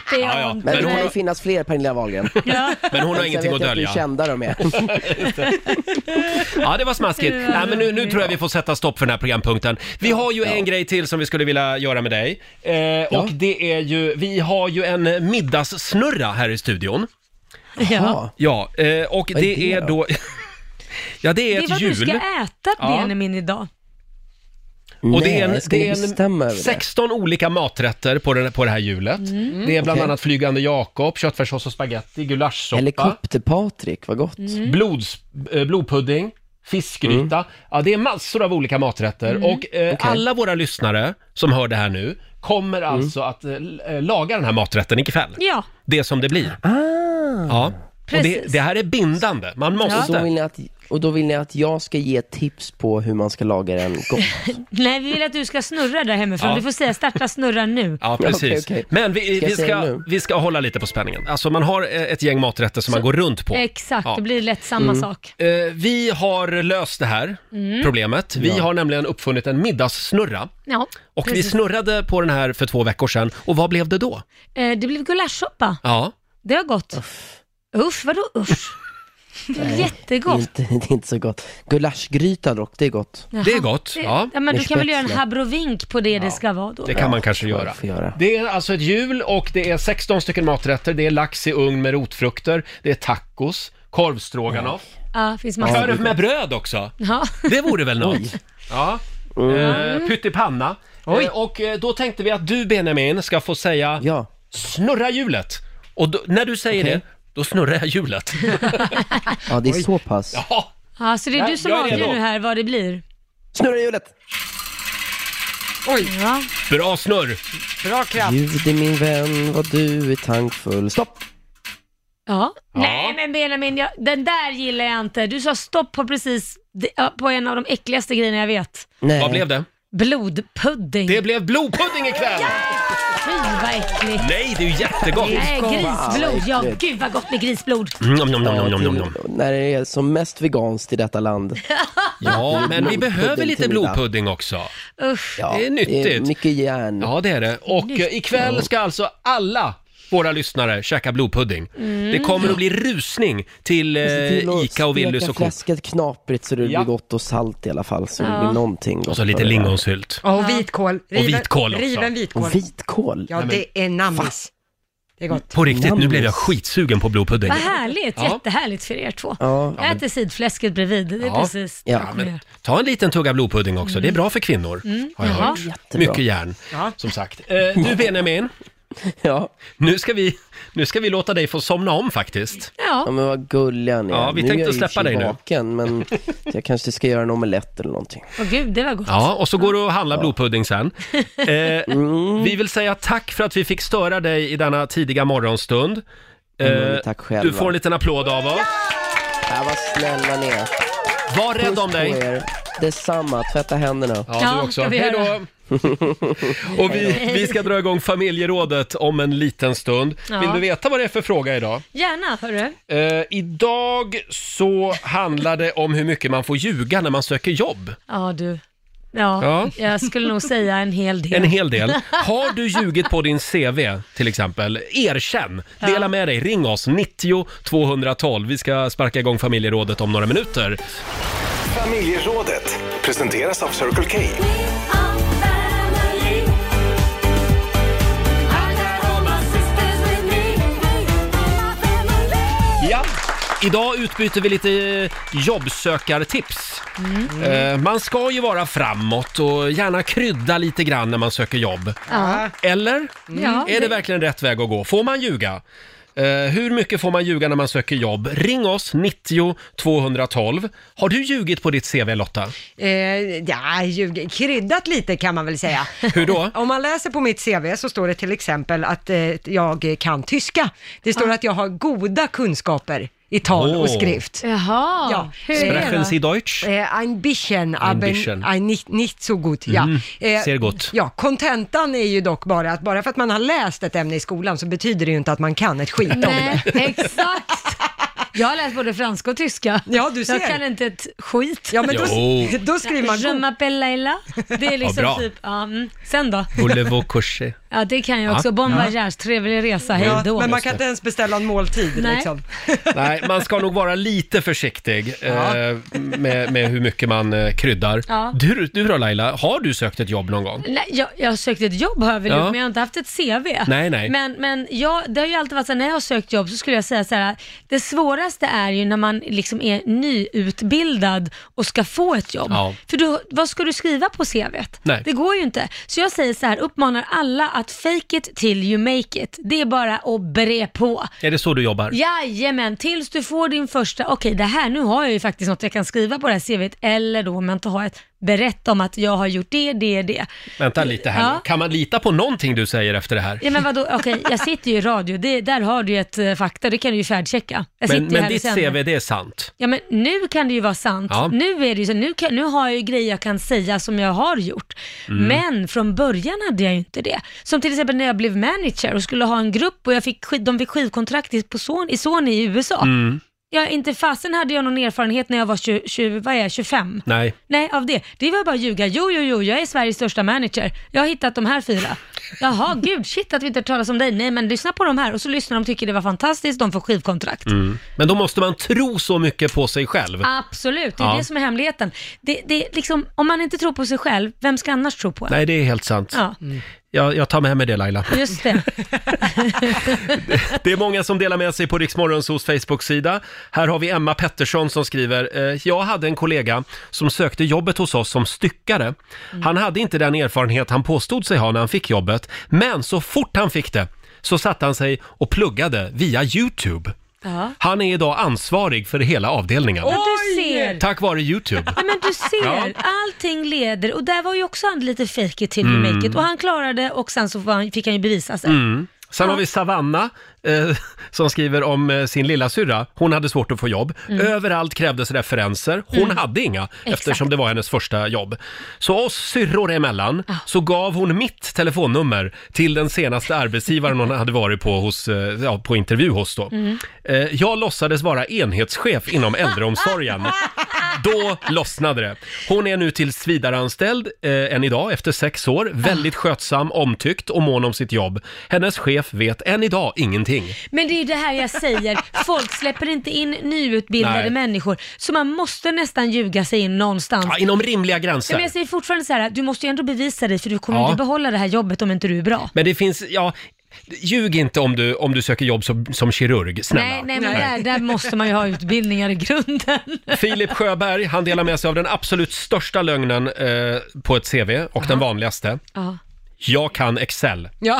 det är Ja. Men det kan ju finnas fler Pernilla Wahlgren. Men hon har ingenting att dölja. Hur kända de är. Ja, det var smaskigt. Nej, men nu tror jag vi får sätta stopp för den här programpunkten. Vi har ju en grej till som vi skulle vilja göra med dig. Och det är ju, vi har ju en middagssnurra här i studion. Ja, och det är då... Ja, det är ett vad hjul. du ska äta, Benjamin, idag. Och det är 16 olika maträtter på det här hjulet. Det är bland annat flygande Jakob, köttfärssås och spaghetti, gulaschsoppa. Helikopter-Patrik, vad gott. Blodpudding, fiskgryta. Ja, det är massor av olika maträtter. Och alla våra lyssnare som hör det här nu kommer alltså att laga den här maträtten ikväll. Ja. Det som det blir. Ja. Och det här är bindande. Man måste... Och då vill ni att jag ska ge tips på hur man ska laga den gott? Nej, vi vill att du ska snurra där hemifrån. Du får säga starta snurra nu. Ja, precis. Okay. Men vi ska hålla lite på spänningen. Alltså man har ett gäng maträtter som man går runt på. Exakt, det blir lätt samma sak. Vi har löst det här problemet. Vi har nämligen uppfunnit en middagssnurra. Ja, och precis. vi snurrade på den här för 2 veckor sedan. Och vad blev det då? Det blev gulaschsoppa. Ja. Det var gott. Usch, vadå usch? Det är jättegott. Det är inte så gott. Gulaschgryta dock, det är gott. Jaha. Det är gott, ja. Men du kan väl göra en habrovink på det ska vara då? Det kan man kanske göra. Det är alltså ett hjul och det är 16 stycken maträtter. Det är lax i ugn med rotfrukter. Det är tacos, korvstroganoff. Ja, finns massor. Korv med bröd också. Ja. Det vore väl något. Ja. Pyttipanna. Och då tänkte vi att du, Benjamin, ska få säga snurra hjulet. Och när du säger det, då snurrar jag hjulet. Ja, det är så pass. Ja, så det är du som avgör nu här vad det blir. Snurra hjulet! Oj! Ja. Bra snurr! Bra kraft! Ljud i min vän, vad du är tankfull. Stopp! Ja. Nej, men Benjamin, den där gillar jag inte. Du sa stopp på precis på en av de äckligaste grejerna jag vet. Nej. Vad blev det? Blodpudding. Det blev blodpudding ikväll! Fy, vad äckligt. Nej, det är ju jättegott. Nej, grisblod. Ja, gud vad gott med grisblod. När det är som mest veganskt i detta land. Ja, men vi behöver lite blodpudding också. Usch. Ja, det är nyttigt. Det är mycket järn. Ja, det är det. Och ikväll ska alltså alla våra lyssnare käka blodpudding. Det kommer att bli rusning till Ica och Willys och fläsket knaprigt så det blir gott och salt i alla fall. Så det blir någonting gott. Och så lite lingonsylt. Och vitkål. Riven vitkål. Och vitkål? Ja, det är namnis. Det är gott. På riktigt, nu blev jag skitsugen på blodpudding. Vad härligt, jättehärligt för er två. Jag äter sidfläsket bredvid, det är precis. Men ta en liten tugga blodpudding också, det är bra för kvinnor. Har jag hört. Mycket järn, som sagt. Du, Benjamin. Ja. Nu ska vi låta dig få somna om faktiskt. Ja, men vad gulliga ni är. Ja, vi tänkte släppa dig nu. Men jag kanske ska göra en omelett eller någonting. Åh gud, det var gott. Ja, och så går du och handlar blodpudding sen. Vi vill säga tack för att vi fick störa dig i denna tidiga morgonstund. Tack själva. Du får en liten applåd av oss. Ja, vad snälla ni är. Var rädd om dig. Detsamma, tvätta händerna. Ja, du också. Hej då. Och vi ska dra igång familjerådet om en liten stund. Vill du veta vad det är för fråga idag? Gärna, hörru. Idag så handlar det om hur mycket man får ljuga när man söker jobb. Ja, du. Ja, jag skulle nog säga en hel del. En hel del. Har du ljugit på din CV till exempel? Erkänn. Dela med dig. Ring oss 90 212. Vi ska sparka igång familjerådet om några minuter. Familjerådet presenteras av Circle K. Ja, idag utbyter vi lite jobbsökartips. Man ska ju vara framåt och gärna krydda lite grann när man söker jobb. Eller? Är det verkligen rätt väg att gå? Får man ljuga? Hur mycket får man ljuga när man söker jobb? Ring oss, 90 212. Har du ljugit på ditt CV, Lotta? Kryddat lite kan man väl säga. Hur då? Om man läser på mitt CV så står det till exempel att jag kan tyska. Det står att jag har goda kunskaper i tal och skrift. Jaha, ja. Sprechen Sie Deutsch? Ein bisschen, aber nicht so gut. Ser gott. Ja, kontentan är ju dock bara för att man har läst ett ämne i skolan så betyder det ju inte att man kan ett skit om det. Exakt. Jag har läst både franska och tyska. Ja, du ser. Jag kan inte ett skit. Ja, men då skriver man... Je m'appelle Leila. Det är liksom typ... Sen då? Voulez-vous coucher? Ja, det kan jag också. Bon voyage, trevlig resa, hej då. Men man kan inte ens beställa en måltid. Liksom. Nej, man ska nog vara lite försiktig med hur mycket man kryddar. Ja. Du då Laila, har du sökt ett jobb någon gång? Nej, jag har sökt ett jobb har jag väl gjort, men jag har inte haft ett CV. Nej. Men det har ju alltid varit så här, när jag har sökt jobb så skulle jag säga så här, det svåraste är ju när man liksom är nyutbildad och ska få ett jobb. Ja. För då, vad ska du skriva på CV:t? Nej. Det går ju inte. Så jag säger så här, uppmanar alla att fake it till you make it. Det är bara att bre på. Är det så du jobbar? Jajamän, tills du får din första, okej, det här, nu har jag ju faktiskt något jag kan skriva på det här CV:t, eller då om jag inte har ett, berätta om att jag har gjort det. Vänta lite här nu. Kan man lita på någonting du säger efter det här? Ja, men vadå? Okej, jag sitter ju i radio, där har du ju ett fakta, det kan du ju färdchecka. Men ditt CV, det är sant? Ja, men nu kan det ju vara sant. Ja. Nu är det ju så, nu har jag ju grejer jag kan säga som jag har gjort. Men från början hade jag ju inte det. Som till exempel när jag blev manager och skulle ha en grupp och de fick skivkontrakt i Sony i USA. Ja, inte fasen hade jag någon erfarenhet när jag var 25. Nej, av det. Det var bara att ljuga. Jo, jag är Sveriges största manager. Jag har hittat de här 4. Jaha, gud, shit att vi inte talas om dig. Nej, men lyssna på de här. Och så lyssnar de och tycker det var fantastiskt. De får skivkontrakt. Men då måste man tro så mycket på sig själv. Absolut, det är det som är hemligheten. Det liksom, om man inte tror på sig själv, vem ska annars tro på det? Nej, det är helt sant. Ja. Jag tar med mig det, Laila. Just det. Det är många som delar med sig på Rix Morgonzos Facebook-sida. Här har vi Emma Pettersson som skriver: jag hade en kollega som sökte jobbet hos oss som styckare. Han hade inte den erfarenhet han påstod sig ha när han fick jobbet. Men så fort han fick det så satte han sig och pluggade via YouTube. Han är idag ansvarig för hela avdelningen. Du ser. Tack vare YouTube. Ja, men du ser, allting leder. Och där var ju också han lite fake it till you make it. Och han klarade och sen så fick han ju bevisa sig. Sen har vi Savanna som skriver om sin lilla syrra. Hon hade svårt att få jobb. Överallt krävdes referenser. Hon hade inga eftersom det var hennes första jobb. Så oss syrror emellan så gav hon mitt telefonnummer till den senaste arbetsgivaren hon hade varit på intervju hos då. Jag låtsades vara enhetschef inom äldreomsorgen. Då lossnade det. Hon är nu tills vidare anställd än idag efter 6 år. Väldigt skötsam, omtyckt och mån om sitt jobb. Hennes chef vet än idag ingenting. Men det är ju det här jag säger. Folk släpper inte in nyutbildade människor. Så man måste nästan ljuga sig in någonstans. Ja, inom rimliga gränser. Men jag säger fortfarande så här, du måste ju ändå bevisa dig för du kommer inte behålla det här jobbet om inte du är bra. Men det finns, ljug inte om du söker jobb som kirurg, snälla. Nej, men där måste man ju ha utbildningar i grunden. Filip Sjöberg, han delar med sig av den absolut största lögnen på ett CV och den vanligaste. Jag kan Excel. Ja.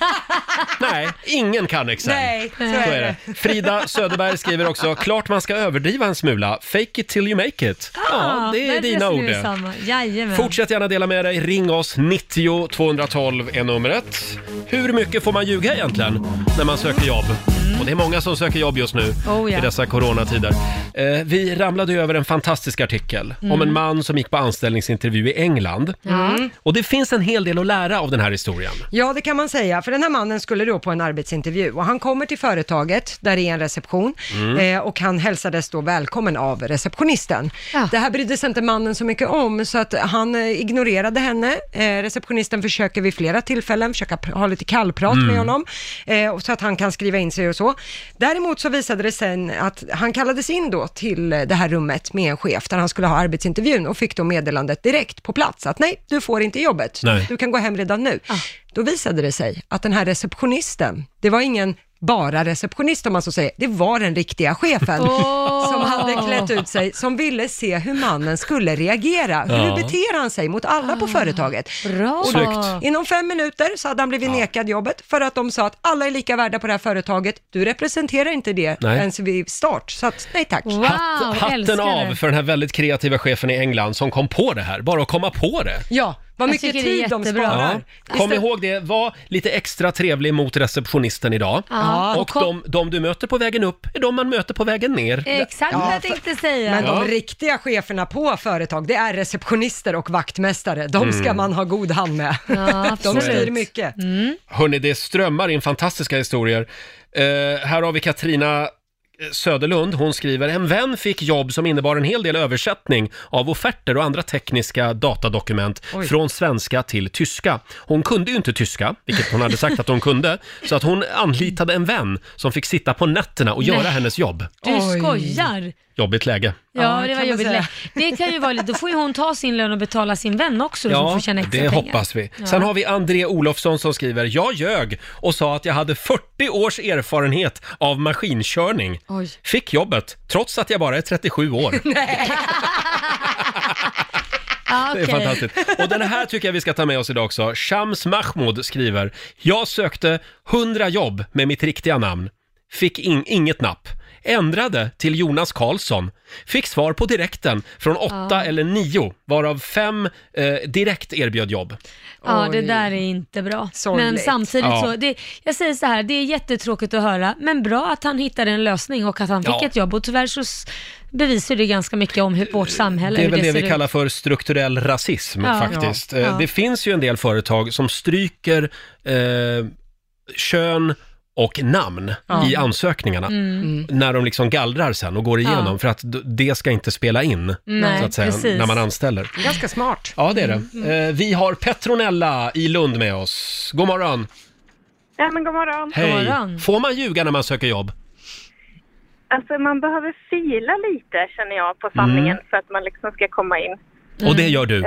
Nej, ingen kan Excel. Nej, så är det. Frida Söderberg skriver också: klart man ska överdriva en smula. Fake it till you make it. Ja, det är dina ord. Fortsätt gärna dela med dig. Ring oss, 90 212 är numret. Hur mycket får man ljuga egentligen när man söker jobb? Och det är många som söker jobb just nu i dessa coronatider. Vi ramlade över en fantastisk artikel om en man som gick på anställningsintervju i England. Och det finns en hel del att lära av den här historien. Ja, det kan man säga. För den här mannen skulle då på en arbetsintervju och han kommer till företaget där det är en reception och han hälsades då välkommen av receptionisten. Det här brydde sig inte mannen så mycket om så att han ignorerade henne. Receptionisten försöker vid flera tillfällen försöka ha lite kallprat med honom så att han kan skriva in sig och så. Däremot så visade det sen att han kallades in då till det här rummet med en chef där han skulle ha arbetsintervjun och fick då meddelandet direkt på plats att nej, du får inte jobbet. Du kan gå hem redan nu. Då visade det sig att den här receptionisten, det var ingen bara receptionist om man så säger, det var den riktiga chefen som hade klätt ut sig, som ville se hur mannen skulle reagera. Hur beter han sig mot alla på företaget? Och då, inom 5 minuter så hade han blivit nekad jobbet för att de sa att alla är lika värda på det här företaget. Du representerar inte det ens vid start. Så att, nej tack. Wow, hatten av för den här väldigt kreativa chefen i England som kom på det här. Bara att komma på det. Ja. Vad mycket tid de sparar. Kom ihåg det, var lite extra trevlig mot receptionisten idag. Och de du möter på vägen upp är de man möter på vägen ner. Exakt vad jag tänkte säga. Men de riktiga cheferna på företag, det är receptionister och vaktmästare. De ska man ha god hand med. De styr mycket. Hörrni, det strömmar in fantastiska historier. Här har vi Söderlund, hon skriver: en vän fick jobb som innebar en hel del översättning av offerter och andra tekniska datadokument från svenska till tyska. Hon kunde ju inte tyska, vilket hon hade sagt att hon kunde, så att hon anlitade en vän som fick sitta på nätterna och göra hennes jobb. Du skojar! Jobbigt läge. Ja, det var jobbigt läge. Det kan ju vara lite, då får ju hon ta sin lön och betala sin vän också, så får tjäna extra det pengar. hoppas vi. Sen har vi André Olofsson som skriver: jag ljög och sa att jag hade 40 års erfarenhet av maskinkörning. Fick jobbet, trots att jag bara är 37 år. Det är fantastiskt. Och den här tycker jag vi ska ta med oss idag också. Shams Mahmoud skriver: jag sökte 100 jobb med mitt riktiga namn. Fick inget napp. Ändrade till Jonas Karlsson. Fick svar på direkten från 8 eller 9, varav 5 direkt erbjöd jobb. Ja, det där är inte bra. Sorgligt. Men samtidigt så, jag säger så här, det är jättetråkigt att höra, men bra att han hittade en lösning och att han fick ett jobb. Och tyvärr så bevisar det ganska mycket om vårt samhälle. Det är väl det vi kallar för strukturell rasism faktiskt. Det finns ju en del företag som stryker kön och namn i ansökningarna när de liksom gallrar sen och går igenom för att det ska inte spela in så att säga, när man anställer. Ganska smart. Ja, det är det. Vi har Petronella i Lund med oss. God morgon. Ja, men god morgon. Hej. God morgon. Får man ljuga när man söker jobb? Alltså man behöver fila lite, känner jag, på sanningen för att man liksom ska komma in. Och det gör du?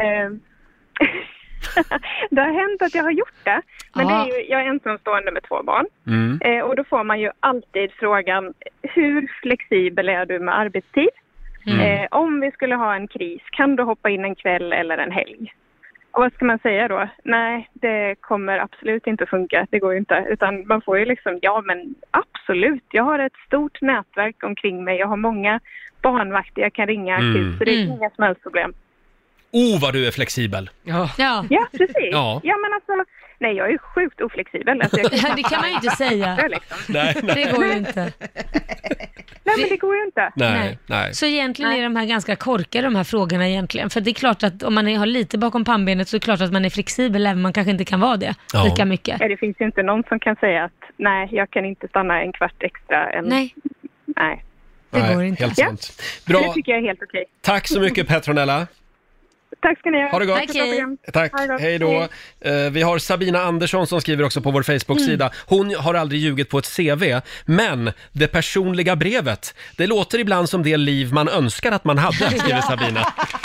Det har hänt att jag har gjort det. Men det är ju, jag är ensamstående med 2 barn. Och då får man ju alltid frågan: hur flexibel är du med arbetstid? Om vi skulle ha en kris, kan du hoppa in en kväll eller en helg? Och vad ska man säga då? Nej, det kommer absolut inte funka. Det går ju inte. Utan man får ju liksom, ja men absolut. Jag har ett stort nätverk omkring mig. Jag har många barnvakter jag kan ringa till. Så det är inga som helst problem. Vad du är flexibel. Ja, precis. Ja, men alltså, nej, jag är sjukt oflexibel. Alltså, det kan man ju inte säga. Nej. Det går ju inte. Nej, men det går ju inte. Nej. Så egentligen är de här ganska korkade, de här frågorna egentligen. För det är klart att om man har lite bakom pannbenet så är det klart att man är flexibel, även om man kanske inte kan vara det lika mycket. Ja, det finns ju inte någon som kan säga att nej, jag kan inte stanna en kvart extra. Nej. Det går inte. Helt sant. Bra. Det tycker jag är helt okej. Tack så mycket, Petronella. Tack ska ni ha. Ha det gott. Tack. Hej då. Vi har Sabina Andersson som skriver också på vår Facebook-sida. Hon har aldrig ljugit på ett CV, men det personliga brevet, det låter ibland som det liv man önskar att man hade, skriver Sabina.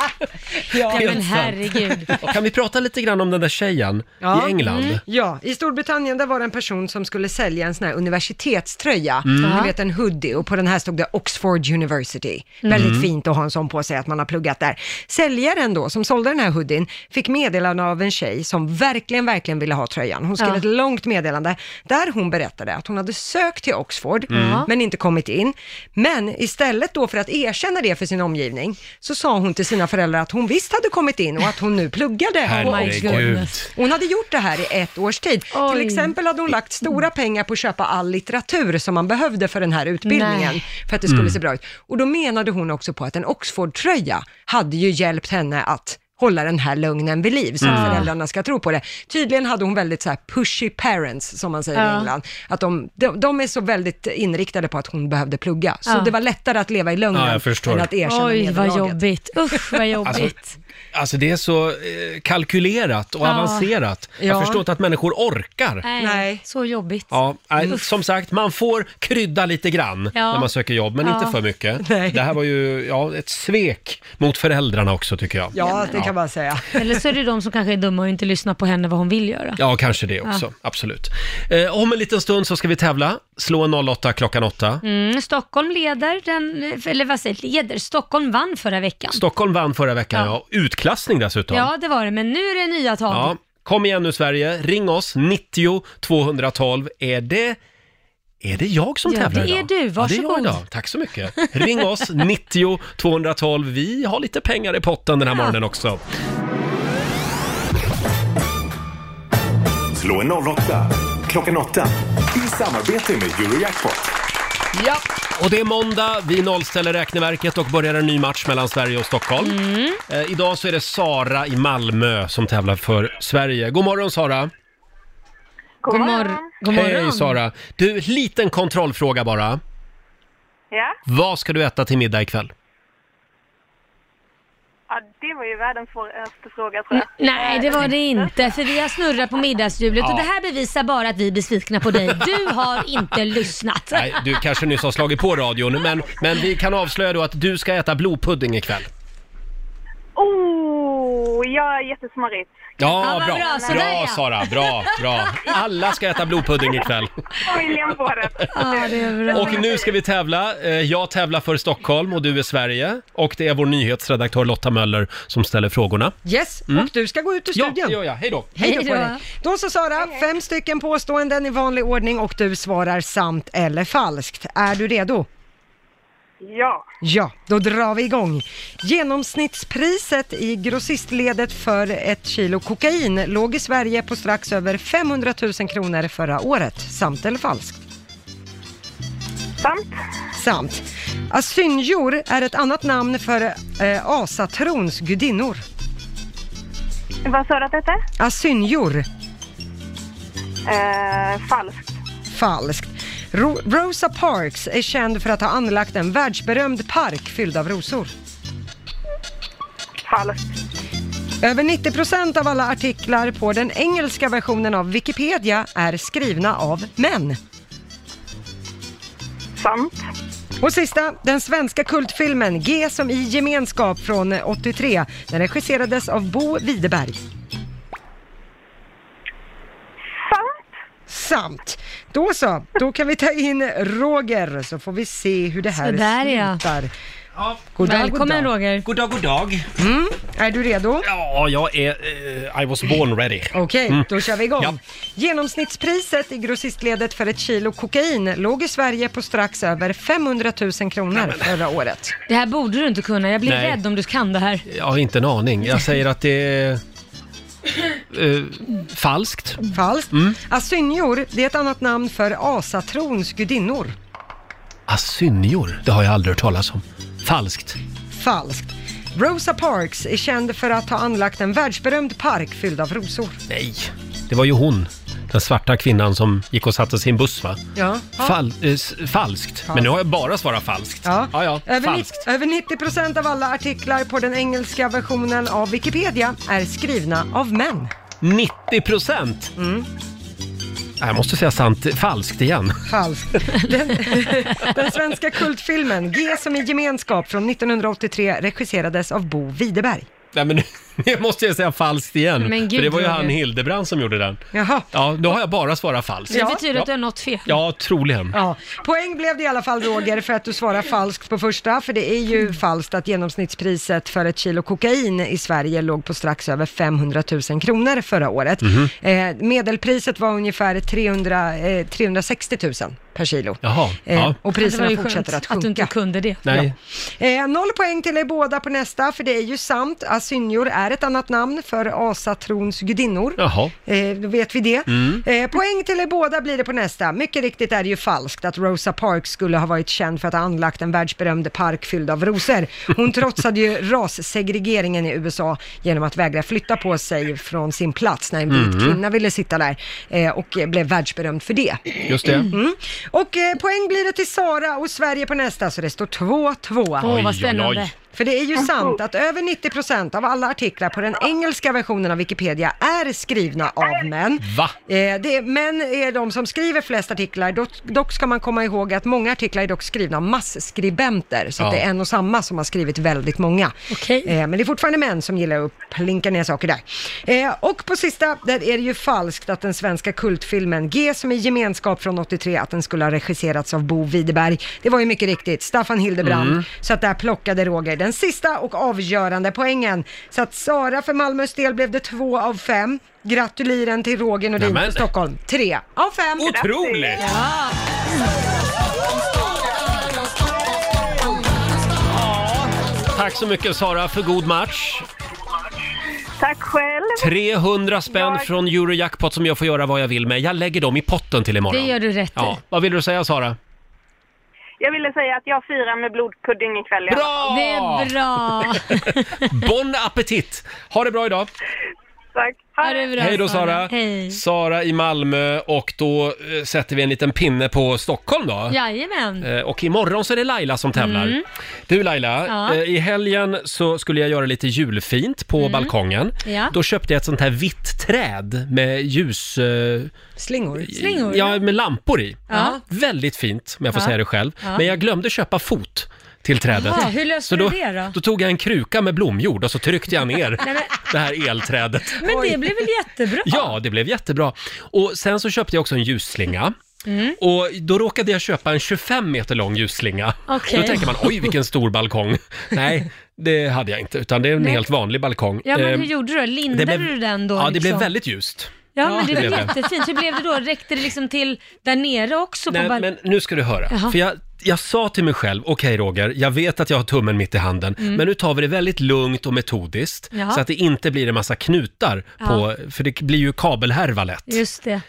Men herregud. Och kan vi prata lite grann om den där tjejen i England? Ja, i Storbritannien där var det en person som skulle sälja en sån här universitetströja. Ni vet, en hoodie, och på den här stod det Oxford University. Väldigt fint att ha en sån på sig, att man har pluggat där. Säljaren då, som sålde den här hoodien, fick meddelande av en tjej som verkligen ville ha tröjan. Hon skrev ett långt meddelande där hon berättade att hon hade sökt till Oxford men inte kommit in. Men istället då för att erkänna det för sin omgivning så sa hon till sina föräldrar att hon visst hade kommit in och att hon nu pluggade på Oxford. Hon hade gjort det här i 1 års tid. Till exempel hade hon lagt stora pengar på att köpa all litteratur som man behövde för den här utbildningen för att det skulle se bra ut. Och då menade hon också på att en Oxford-tröja hade ju hjälpt henne att hålla den här lögnen vid liv så att föräldrarna ska tro på det. Tydligen hade hon väldigt så här pushy parents, som man säger i England. Att de är så väldigt inriktade på att hon behövde plugga. Så det var lättare att leva i lögnen än att erkänna nederlaget. Vad jobbigt. Usch, vad jobbigt. Alltså det är så kalkylerat och avancerat. Jag förstår inte att människor orkar. Nej, så jobbigt. Ja, som sagt, man får krydda lite grann när man söker jobb, men inte för mycket. Det här var ju ett svek mot föräldrarna också, tycker jag. Ja, det kan man säga. Eller så är det de som kanske är dumma och inte lyssnar på henne vad hon vill göra. Ja, kanske det också. Absolut. Om en liten stund så ska vi tävla. Slå en 08 klockan 8. Stockholm leder. Stockholm vann förra veckan. Stockholm vann förra veckan, ja. Utklassning dessutom. Ja, det var det. Men nu är det nya tag. Ja, kom igen nu Sverige. Ring oss, 90 212. Är det jag som tävlar idag? Det är du, varsågod. Ja, det är jag idag. Tack så mycket. Ring oss, 90 212. Vi har lite pengar i potten den här morgonen också. Slå en 08 klockan 8 i samarbete med Eurojackpot. Ja, och det är måndag. Vi nollställer räkneverket och börjar en ny match mellan Sverige och Stockholm. Idag så är det Sara i Malmö som tävlar för Sverige. God morgon, Sara. God morgon. Hej Sara. Du, liten kontrollfråga bara. Ja. Vad ska du äta till middag ikväll? Ja, det var ju världens svåraste fråga, tror jag. Nej, det var det inte, för vi har snurrat på middagshjulet och det här bevisar bara att vi är besvikna på dig. Du har inte lyssnat. Nej, du kanske nyss har slagit på radion, men vi kan avslöja då att du ska äta blodpudding ikväll. Jag är jättesmarrigt. Ja, bra. Bra, Sara. Bra. Alla ska äta blodpudding ikväll. William på det. Ja, det är bra. Och nu ska vi tävla. Jag tävlar för Stockholm och du är Sverige. Och det är vår nyhetsredaktör Lotta Möller som ställer frågorna. Yes, och du ska gå ut ur studion. Ja, det gör jag. Hej då. Hej då på dig. Då så Sara, 5 stycken påståenden i vanlig ordning och du svarar sant eller falskt. Är du redo? Ja. Ja, då drar vi igång. Genomsnittspriset i grossistledet för 1 kilo kokain låg i Sverige på strax över 500 000 kronor förra året. Sant eller falskt? Sant. Sant. Asynjor är ett annat namn för Asatrons gudinnor. Vad sa du att det hette? Asynjor. Falskt. Falskt. Rosa Parks är känd för att ha anlagt en världsberömd park fylld av rosor. Falskt. Över 90% av alla artiklar på den engelska versionen av Wikipedia är skrivna av män. Sant. Och sista, den svenska kultfilmen G som i gemenskap från 83, den regisserades av Bo Widerberg. Sant. Då så, då kan vi ta in Roger så får vi se hur det här slutar. Ja. Välkommen Roger. God dag. Är du redo? Ja, jag är... I was born ready. Okej, då kör vi igång. Ja. Genomsnittspriset i grossistledet för 1 kilo kokain låg i Sverige på strax över 500 000 kronor förra året. Det här borde du inte kunna, jag blir rädd om du kan det här. Jag har inte en aning. Jag säger att det är... falskt. Falskt. Asynjor, det är ett annat namn för Asatrons gudinnor. Asynjor, det har jag aldrig hört talas om. Falskt. Falskt. Rosa Parks är känd för att ha anlagt en världsberömd park fylld av rosor. Nej, det var ju hon. Den svarta kvinnan som gick och satte sin buss, va? Ja. Falskt. Men nu har jag bara svarat falskt. Ja. Falskt. Över 90% av alla artiklar på den engelska versionen av Wikipedia är skrivna av män. 90%? Jag måste säga falskt igen. Falskt. Den svenska kultfilmen G som i gemenskap från 1983 regisserades av Bo Widerberg. Nej, men nu måste jag säga falskt igen. Men gud, för det var ju Roger. han Hildebrand som gjorde den. Jaha. Ja, då har jag bara svarat falskt. Det betyder att du har något fel. Ja, troligen. Ja. Poäng blev det i alla fall Roger för att du svarar falskt på första, för det är ju falskt att genomsnittspriset för 1 kilo kokain i Sverige låg på strax över 500 000 kronor förra året. Medelpriset var ungefär 360 000 per kilo. Jaha. Ja. Och priserna fortsätter att sjunka. Att du inte kunde det. Nej. 0 poäng till er båda på nästa, för det är ju sant. Asynjor är ett annat namn för Asatrons gudinnor. Jaha. Då vet vi det. Poäng till er båda blir det på nästa. Mycket riktigt är det ju falskt att Rosa Parks skulle ha varit känd för att ha anlagt en världsberömd park fylld av rosor. Hon trotsade ju rassegregeringen i USA genom att vägra flytta på sig från sin plats när en vit kvinna ville sitta där och blev världsberömd för det. Just det. Och poäng blir det till Sara och Sverige på nästa, så det står 2-2. Vad spännande. För det är ju sant att över 90% av alla artiklar på den engelska versionen av Wikipedia är skrivna av män. Va? Män är de som skriver flest artiklar. Dock ska man komma ihåg att många artiklar är dock skrivna av massskribenter. Så att det är en och samma som har skrivit väldigt många. Okej. Men det är fortfarande män som gillar att plinka ner saker där. Och på sista, där är det ju falskt att den svenska kultfilmen G som i gemenskap från 83, att den skulle ha regisserats av Bo Widerberg. Det var ju mycket riktigt Staffan Hildebrand. Så att där plockade Roger den sista och avgörande poängen. Så att Sara för Malmös del blev det 2 av 5. Gratuliren till Roger Nordin för Stockholm. 3 av 5. Otroligt! Ja. Tack så mycket Sara för god match. Tack själv. 300 spänn från Eurojackpot som jag får göra vad jag vill med. Jag lägger dem i potten till imorgon. Det gör du rätt i. Vad vill du säga Sara? Jag ville säga att jag firar med blodpudding ikväll. Bra! Det är bra. Bon appetit! Ha det bra idag. Tack. Hej då Sara. Hej. Sara i Malmö, och då sätter vi en liten pinne på Stockholm då. Jajamän. Och imorgon så är det Laila som tävlar. Du Laila, i helgen så skulle jag göra lite julfint på balkongen. Ja. Då köpte jag ett sånt här vitt träd med ljus... Slingor. Ja, med lampor i. Ja. Väldigt fint, om jag får säga det själv. Ja. Men jag glömde köpa fot till trädet. Aha, hur löste du det då? Då tog jag en kruka med blomjord och så tryckte jag ner det här elträdet. Men det blev väl jättebra? Ja, det blev jättebra. Och sen så köpte jag också en ljusslinga. Och då råkade jag köpa en 25 meter lång ljusslinga. Okay. Då tänker man, oj vilken stor balkong. Nej, det hade jag inte, utan det är en helt vanlig balkong. Ja, men hur gjorde du då? Lindade du den då? Ja, det blev väldigt ljust. Ja, men det var jättefint. Hur blev det då? Räckte det liksom till där nere också? Nej, men nu ska du höra. Jaha. För jag sa till mig själv, okej Roger, jag vet att jag har tummen mitt i handen, men nu tar vi det väldigt lugnt och metodiskt, så att det inte blir en massa knutar på, för det blir ju kabelhärva lätt. Just det.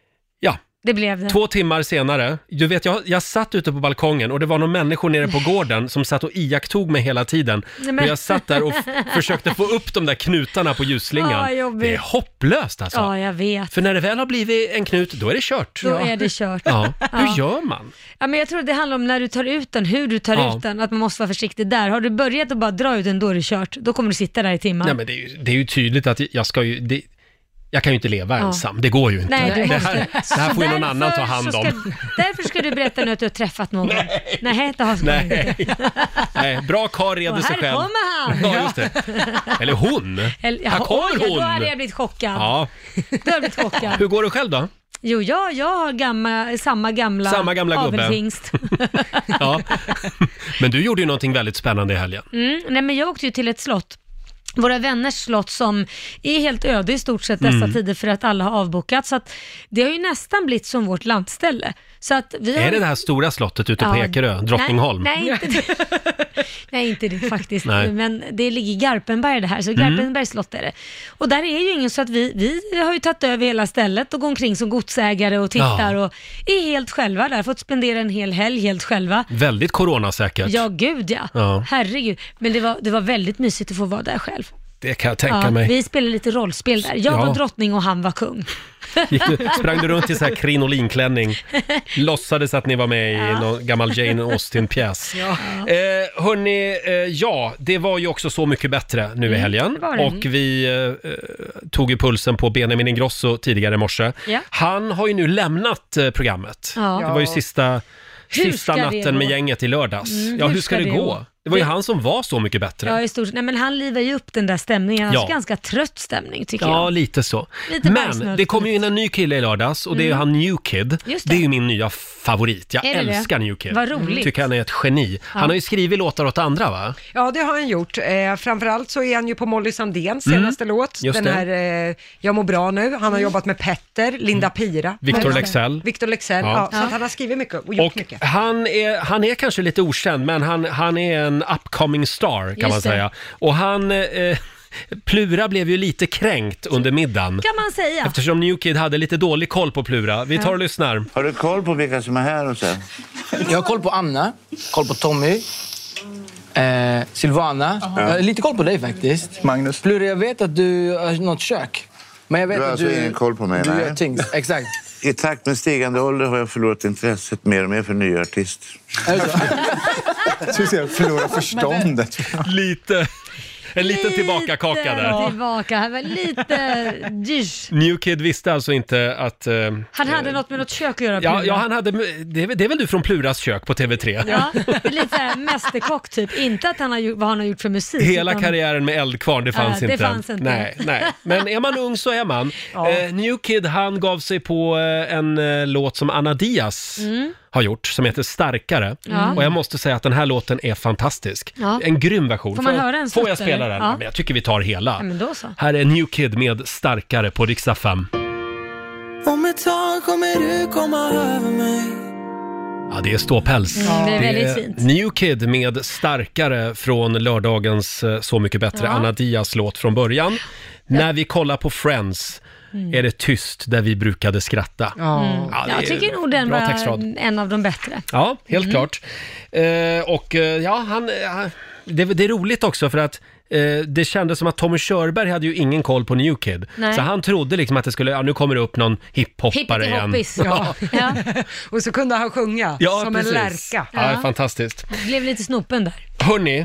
Ja. Det blev det. 2 timmar senare, du vet, jag satt ute på balkongen och det var några människor nere på gården som satt och iakttog mig hela tiden. Och jag satt där och försökte få upp de där knutarna på ljusslingan. Det är hopplöst alltså. Ja, jag vet. För när det väl har blivit en knut, då är det kört. Då är det kört. Ja. Hur gör man? Ja, men jag tror det handlar om när du tar ut den, hur du tar ut den, att man måste vara försiktig där. Har du börjat att bara dra ut den, då är det kört. Då kommer du sitta där i timmar. Nej, men det är ju tydligt att jag ska ju... Jag kan ju inte leva ensam, det går ju inte. Nej, det här får ju någon annan ta hand om. Därför ska du berätta nu att du har träffat någon. Nej, det har jag inte. Nej, bra karl reder sig själv. Här kommer han! Ja, just det. Eller hon. Här kommer hon. Då hade jag blivit chockad. Ja. Då har jag blivit chockad. Hur går det själv då? Jo, jag har samma gamla avelshingst. Ja. Men du gjorde ju någonting väldigt spännande i helgen. Nej, men jag åkte ju till ett slott. Våra vänners slott som är helt öde i stort sett dessa tider för att alla har avbokat. Så att det har ju nästan blivit som vårt landställe. Så att vi är det här stora slottet ute på Ekerö, Drottningholm? Nej, inte det. Nej, inte det faktiskt. Nej. Men det ligger i Garpenberg det här, så Garpenbergs slott är det. Och där är ju ingen, så att vi har ju tagit över hela stället och går omkring som godsägare och tittar och är helt själva där. Fått spendera en hel helg helt själva. Väldigt coronasäkert. Ja, gud ja. Herregud. Men det var väldigt mysigt att få vara där själv. Det kan jag tänka mig. Vi spelade lite rollspel där. Jag var drottning och han var kung. Sprang du runt i så här krinolinklädning? Låtsades att ni var med i någon gammal Jane Austen-pjäs. Hörrni, det var ju också Så mycket bättre nu i helgen. Och vi tog ju pulsen på Benjamin Ingrosso tidigare i morse. Han har ju nu lämnat programmet. Det var ju sista natten med gänget i lördags. Hur ska det gå? Det var ju han som var Så mycket bättre. Ja, i stort. Nej, men han livar ju upp den där stämningen. Han har ganska trött stämning, tycker jag. Ja, lite så. Men det kom ju in en ny kille i lördags och det är ju han New Kid. Det är ju min nya favorit. Jag älskar New Kid. Vad roligt. Tycker han är ett geni. Han har ju skrivit låtar åt andra, va? Ja, det har han gjort. Framförallt så är han ju på Molly Sandéns senaste låt. Just den här Jag mår bra nu. Han har jobbat med Petter, Linda Pira. Victor Leksell. Ja. Så att han har skrivit mycket och gjort mycket. Han är kanske lite okänd, men han är en upcoming star, kan man säga. Och han... Plura blev ju lite kränkt under middagen. Kan man säga. Eftersom New Kid hade lite dålig koll på Plura. Vi tar och lyssnar. Har du koll på vilka som är här och så? Jag har koll på Anna, koll på Tommy, Silvana. Jag har lite koll på dig faktiskt. Magnus. Plura, jag vet att du har något kök. Men jag vet du har att alltså ingen koll på mig, du gör ting. Exakt. I takt med stigande ålder har jag förlorat intresset mer och mer för nya artister. Så jag förlorar förståndet. En liten tillbakakaka där. Tillbaka, lite dyrs. New Kid visste alltså inte att... han hade något med något kök att göra. Ja, han hade... Det är väl du från Pluras kök på TV3? Ja, lite såhär mästerkock typ. Inte att vad han har gjort för musik. Hela karriären med Eldkvarn, det fanns inte. Det fanns inte. Nej. Men är man ung så är man. New Kid, han gav sig på en låt som Anna Diaz har gjort, som heter Starkare. Och jag måste säga att den här låten är fantastisk. En grym version. Får man höra en Får jag spela den? Ja. Men jag tycker vi tar hela. Ja, men då så. Här är New Kid med Starkare på Rix FM. Om ett tag kommer du komma över mig. Ja, det är ståpäls. Det är väldigt fint. New Kid med Starkare från lördagens Så mycket bättre Anna Diaz låt från början. När vi kollar på Friends är det tyst där vi brukade skratta. Jag tycker nog den var en av de bättre. Ja, helt klart. Det är roligt också för att det kändes som att Tommy Körberg hade ju ingen koll på New Kid. Nej. Så han trodde liksom att det skulle, nu kommer det upp någon hiphoppare igen. Ja. Ja. Och så kunde han sjunga som precis. en lärka. Ja, fantastiskt. Blev lite snoppen där. Hörrni,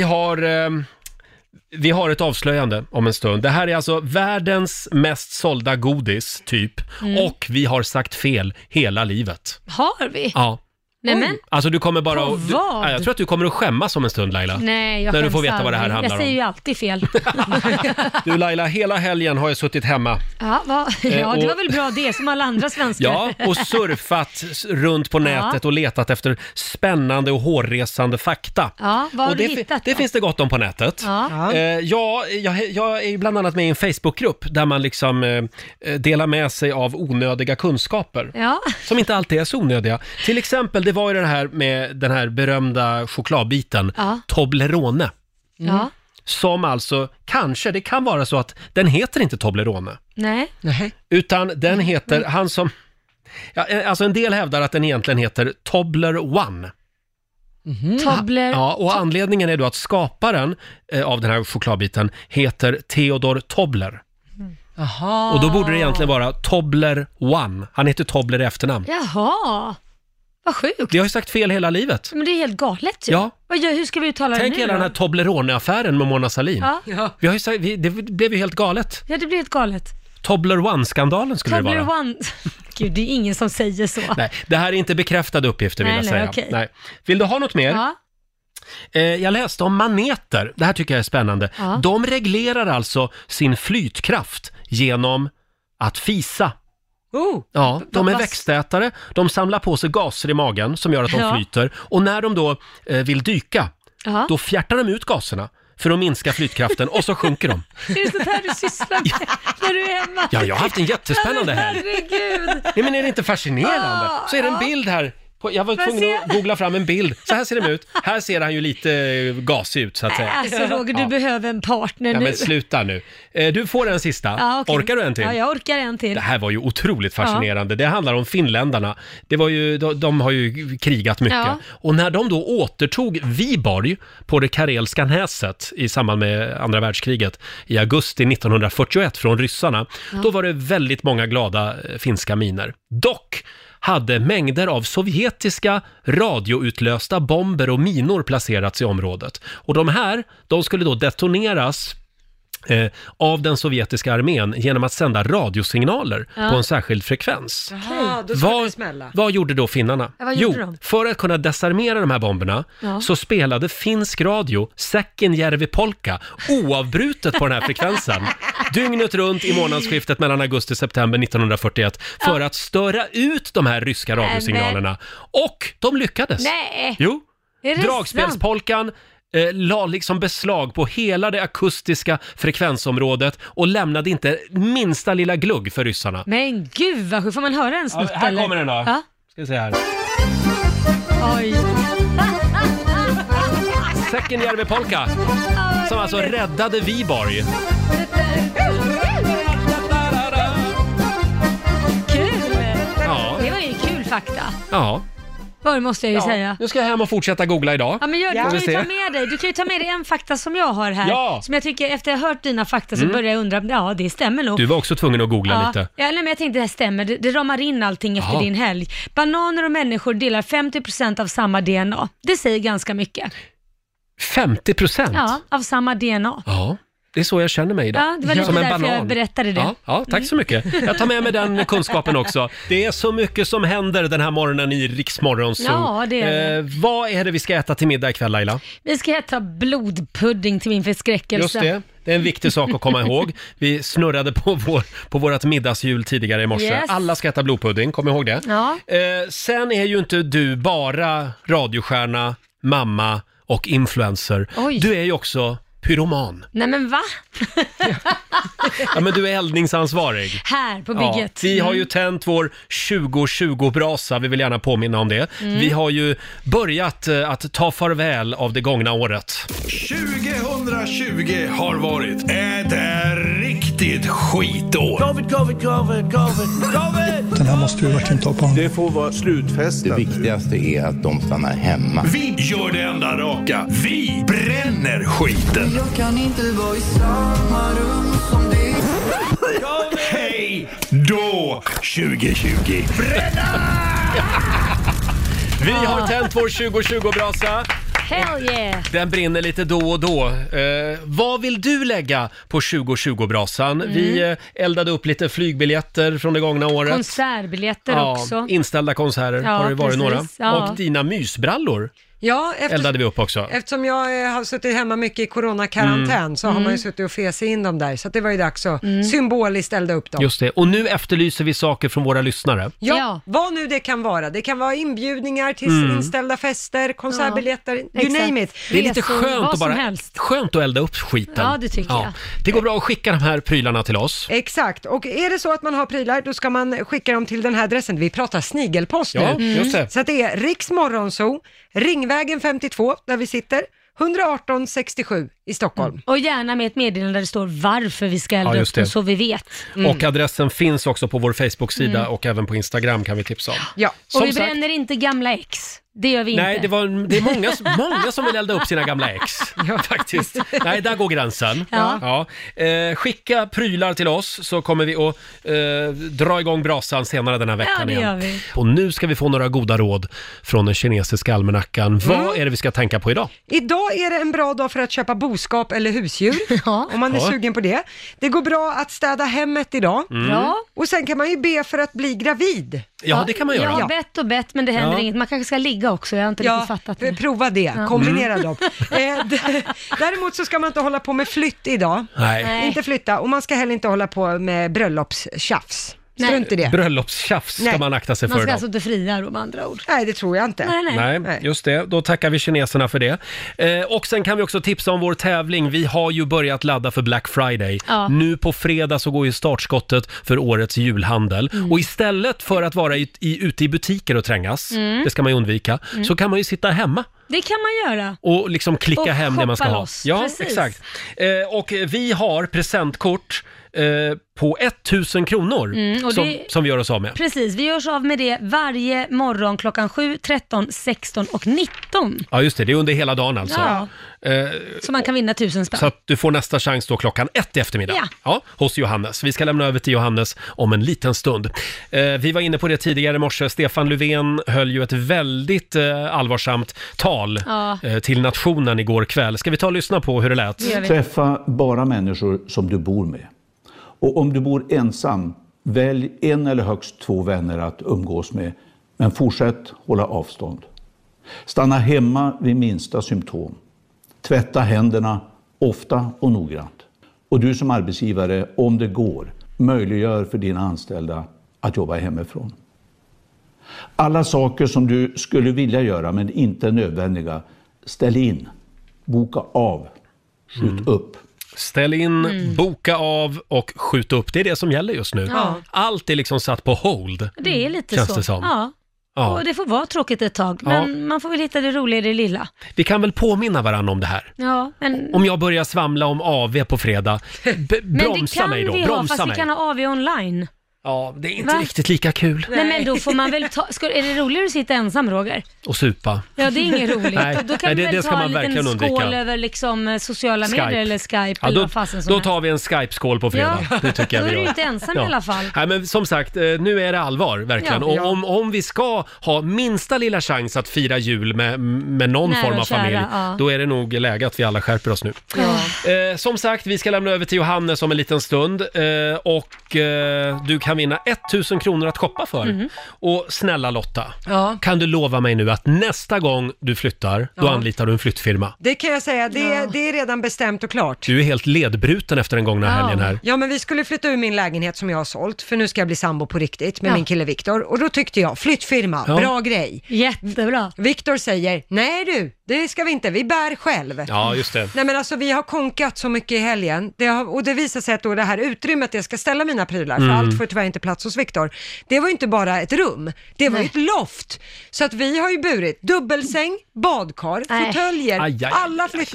vi har ett avslöjande om en stund. Det här är alltså världens mest sålda godis, typ. Och vi har sagt fel hela livet. Har vi? Ja. Nej, men. Alltså du kommer bara vad? jag tror att du kommer att skämmas om en stund, Laila. Nej, jag när du får veta vad det här handlar om. Jag säger ju alltid fel. Du Laila, hela helgen har jag suttit hemma. Ja, det var väl bra det, som alla andra svenskar. Ja, och surfat runt på nätet och letat efter spännande och hårresande fakta. Ja, vad har och du hittat? Det finns det gott om på nätet. Ja. Jag är bland annat med i en Facebookgrupp där man liksom delar med sig av onödiga kunskaper. Ja. Som inte alltid är så onödiga. Till exempel, det var ju det här med den här berömda chokladbiten, Toblerone. Ja. Som alltså, det kan vara så att den heter inte Toblerone. Nej. Utan den heter, alltså en del hävdar att den egentligen heter Tobler One. Tobler. Ja, och anledningen är då att skaparen av den här chokladbiten heter Theodor Tobler. Aha. Och då borde det egentligen vara Tobler One. Han heter Tobler i efternamn. Jaha. Vad sjukt. Vi har ju sagt fel hela livet. Men det är helt galet ju. Ja. Hur ska vi uttala det nu? Tänk hela den här Toblerone-affären med Mona Sahlin. Ja. Vi har ju sagt, det blev ju helt galet. Ja, det blev helt galet. Tobler One-skandalen skulle det vara. Tobler One. Gud, det är ingen som säger så. Nej, det här är inte bekräftade uppgifter vill jag säga. Okay. Nej. Vill du ha något mer? Ja. Jag läste om maneter. Det här tycker jag är spännande. Ja. De reglerar alltså sin flytkraft genom att fisa. Ja, de är växtätare. De samlar på sig gaser i magen som gör att de flyter. Och när de då vill dyka, då fjärtar de ut gaserna för att minska flytkraften och så sjunker de. Är det sånt här du sysslar med när du är hemma? Ja, jag har haft en jättespännande helg. Herregud. Nej, men är det inte fascinerande? Så är det en bild här. Jag var tvungen att googla fram en bild. Så här ser de ut. Här ser han ju lite gasig ut så att säga. Alltså Roger, du behöver en partner nu. Ja, men sluta nu. Du får en sista. Okay. Orkar du en till? Ja, jag orkar en till. Det här var ju otroligt fascinerande. Det handlar om finländarna. Det var ju, de har ju krigat mycket. Ja. Och när de då återtog Viborg på det karelska näset i samband med andra världskriget i augusti 1941 från ryssarna, då var det väldigt många glada finska miner. Dock hade mängder av sovjetiska radioutlösta bomber och minor placerats i området. Och de skulle då detoneras av den sovjetiska armén genom att sända radiosignaler på en särskild frekvens. Jaha, då skulle det smälla. Vad gjorde då finnarna? Vad gjorde de? För att kunna desarmera de här bomberna så spelade finsk radio Säckenjärvi polka oavbrutet på den här frekvensen. Dygnet runt i månadsskiftet mellan augusti och september 1941 för att störa ut de här ryska radiosignalerna. Och de lyckades. Nej. Jo. Är det Dragspelspolkan la liksom beslag på hela det akustiska frekvensområdet och lämnade inte minsta lilla glugg för ryssarna. Men gud, hur får man höra en snutt? Här eller? kommer den då. Ja? Ska vi se här. Oj. Säckenjärvi polka som alltså räddade Viborg. Kul! Ja. Det var ju kul fakta. Ja. Vad måste jag ju säga. Nu ska jag hem och fortsätta googla idag. Ja, men du kan ju ta med dig. Du kan ju ta med dig en fakta som jag har här. Ja. Som jag tycker, efter jag har hört dina fakta så börjar jag undra, det stämmer nog. Du var också tvungen att googla lite. Ja, men jag tänkte det här stämmer. Det ramar in allting efter din helg. Bananer och människor delar 50% av samma DNA. Det säger ganska mycket. 50%? Ja, av samma DNA. Ja. Det är så jag känner mig idag. Ja, det var lite som en därför banan. jag berättade det. Ja, tack så mycket. Jag tar med mig den kunskapen också. Det är så mycket som händer den här morgonen i Rix Morgon Zoo. Ja, det är det. Vad är det vi ska äta till middag ikväll, Laila? Vi ska äta blodpudding till min förskräckelse. Just det. Det är en viktig sak att komma ihåg. Vi snurrade på vårt middagshjul tidigare i morse. Yes. Alla ska äta blodpudding, kom ihåg det. Ja. Sen är ju inte du bara radiostjärna, mamma och influencer. Oj. Du är ju också pyroman. Nej men va? Ja, men du är eldningsansvarig. Här på bygget. Vi har ju tänt vår 2020-brasa, vi vill gärna påminna om det. Vi har ju börjat att ta farväl av det gångna året. 2020 har varit ett riktigt skitår. David Den här måste du verkligen ta på. Det får vara slutfesten. Det viktigaste är att de stannar hemma. Vi gör det enda raka. Vi bränner skiten. Jag kan inte vara i samma rum som dig. Hej då 2020. Bränna! Vi har tänt vår 2020-brasa. Hell yeah! Den brinner lite då och då. Vad vill du lägga på 2020-brasan? Vi eldade upp lite flygbiljetter från det gångna året. Konsertbiljetter också. Inställda konserter har det varit några. Ja. Och dina mysbrallor eldade vi upp också. Eftersom jag har suttit hemma mycket i coronakarantän så har man ju suttit och fäsit in dem där. Så att det var ju dags att symboliskt elda upp dem. Just det. Och nu efterlyser vi saker från våra lyssnare. Ja, vad nu det kan vara. Det kan vara inbjudningar till inställda fester, konsertbiljetter, you name it. Det är lite skönt att elda upp skiten. Ja, det tycker jag. Det går bra att skicka de här prylarna till oss. Exakt, och är det så att man har prylar då ska man skicka dem till den här adressen. Vi pratar snigelpost nu. Just det. Så att det är Riks Morgonzoo, Ringvägen 52 där vi sitter, 118 67 i Stockholm. Och gärna med ett meddelande där det står varför vi ska elda upp den så vi vet. Och adressen finns också på vår Facebook-sida och även på Instagram kan vi tipsa om. Ja. Och vi bränner inte gamla ex. Det gör vi inte. Nej, det är många som vill elda upp sina gamla ex. Faktiskt. Nej, där går gränsen. Ja. Skicka prylar till oss så kommer vi att dra igång brasan senare den här veckan igen. Gör vi. Och nu ska vi få några goda råd från den kinesiska almanackan. Vad är det vi ska tänka på idag? Idag är det en bra dag för att köpa boskap eller husdjur. Om man är sugen på det. Det går bra att städa hemmet idag. Och sen kan man ju be för att bli gravid. Ja, det kan man göra. Jag har bett men det händer inget. Man kanske ska ligga också, jag har inte riktigt fattat det. Prova det, kombinera dem. Däremot så ska man inte hålla på med flytt idag. Nej. Inte flytta, och man ska heller inte hålla på med bröllopstjafs. Strunt i det. Bröllopstjafs ska man akta sig för. Man ska idag. alltså inte fria då med andra ord. Nej, det tror jag inte. Nej, just det. Då tackar vi kineserna för det. Och sen kan vi också tipsa om vår tävling. Vi har ju börjat ladda för Black Friday. Nu på fredag så går ju startskottet för årets julhandel. Och istället för att vara ute i butiker och trängas, det ska man ju undvika, så kan man ju sitta hemma. Det kan man göra. Och liksom klicka hem det man ska ha. Loss. Ja, precis. Exakt. Och vi har presentkort på 1000 kronor som vi gör oss av med. Precis, vi gör oss av med det varje morgon klockan 7, 13, 16 och 19. Ja, just det. Det är under hela dagen alltså. Ja. Så man kan vinna 1000 spänn. Så att du får nästa chans då klockan 1 i eftermiddag. Ja, hos Johannes. Vi ska lämna över till Johannes om en liten stund. Vi var inne på det tidigare i morse. Stefan Löfven höll ju ett väldigt allvarsamt tal till nationen igår kväll. Ska vi ta och lyssna på hur det lät? Träffa bara människor som du bor med. Och om du bor ensam, välj en eller högst 2 vänner att umgås med. Men fortsätt hålla avstånd. Stanna hemma vid minsta symptom. Tvätta händerna ofta och noggrant. Och du som arbetsgivare, om det går, möjliggör för dina anställda att jobba hemifrån. Alla saker som du skulle vilja göra men inte är nödvändiga, ställ in, boka av, skjut upp. Ställ in, boka av och skjut upp. Det är det som gäller just nu. Allt är liksom satt på hold. Det är lite känns så. Det som. Ja. Och det får vara tråkigt ett tag. Men man får väl hitta det roliga i det lilla. Vi kan väl påminna varandra om det här. Ja, men... Om jag börjar svamla om AV på fredag, bromsa mig då. Men det kan vi ha, fast vi kan ha AV online. Ja, det är inte riktigt lika kul. Nej, men då får man väl ta... Är det roligare att sitta ensam, Roger? Och supa. Ja, det är inget roligt. Nej, då kan vi väl ta en liten skål över liksom sociala medier eller Skype. Ja, eller vad fasen som då tar vi en Skype-skål på fredag. Ja. Det tycker jag vi gör. Då är gör. du inte ensam i alla fall. Nej, men som sagt, nu är det allvar, verkligen. Ja. Och om vi ska ha minsta lilla chans att fira jul med någon nära form av kära, familj, då är det nog läge att vi alla skärper oss nu. Ja. Som sagt, vi ska lämna över till Johannes om en liten stund. Och du kan vinna 1000 kronor att shoppa för. Och snälla Lotta, kan du lova mig nu att nästa gång du flyttar, då anlitar du en flyttfirma? Det kan jag säga, det är redan bestämt och klart. Du är helt ledbruten efter den gångna helgen här. Ja, men vi skulle flytta ur min lägenhet som jag har sålt, för nu ska jag bli sambo på riktigt med min kille Viktor. Och då tyckte jag, flyttfirma, bra grej. Jättebra. Viktor säger, nej du, det ska vi inte, vi bär själv. Ja, just det. Nej, men alltså vi har konkat så mycket i helgen. Och det visar sig att då det här utrymmet jag ska ställa mina prylar, för allt får tyvärr inte plats hos Viktor. Det var ju inte bara ett rum, det var ju ett loft. Så att vi har ju burit dubbelsäng, badkar, fåtöljer, alla flyttlådor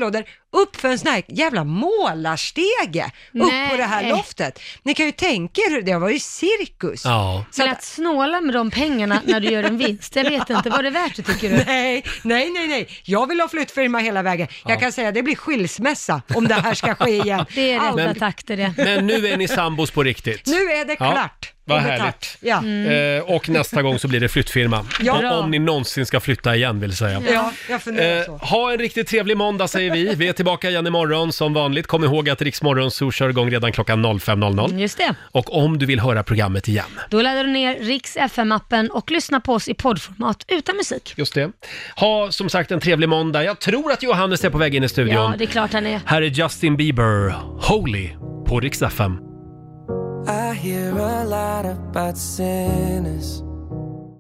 upp för en sån här jävla målarstege upp på det här loftet. Ni kan ju tänka er, det var ju cirkus. Ja. Så att snåla med de pengarna när du gör en vinst, jag vet inte, vad det värt det tycker du? Nej. Jag vill ha flyttfirma hela vägen. Jag kan säga, det blir skilsmässa om det här ska ske igen. Det är rätta takter det. Men nu är ni sambos på riktigt. Nu är det klart. Vad härligt. Ja. Och nästa gång så blir det flyttfirma. Om ni någonsin ska flytta igen vill säga. Ja, jag funderar så. Ha en riktigt trevlig måndag säger vi. Vi är tillbaka igen imorgon som vanligt. Kom ihåg att Rix Morgon Zoo kör igång redan klockan 05.00. Just det. Och om du vill höra programmet igen, då laddar du ner Rix FM-appen och lyssnar på oss i poddformat utan musik. Just det. Ha som sagt en trevlig måndag. Jag tror att Johannes är på väg in i studion. Ja, det är klart han är. Här är Justin Bieber, Holy, på Rix FM. I hear a lot about sinners,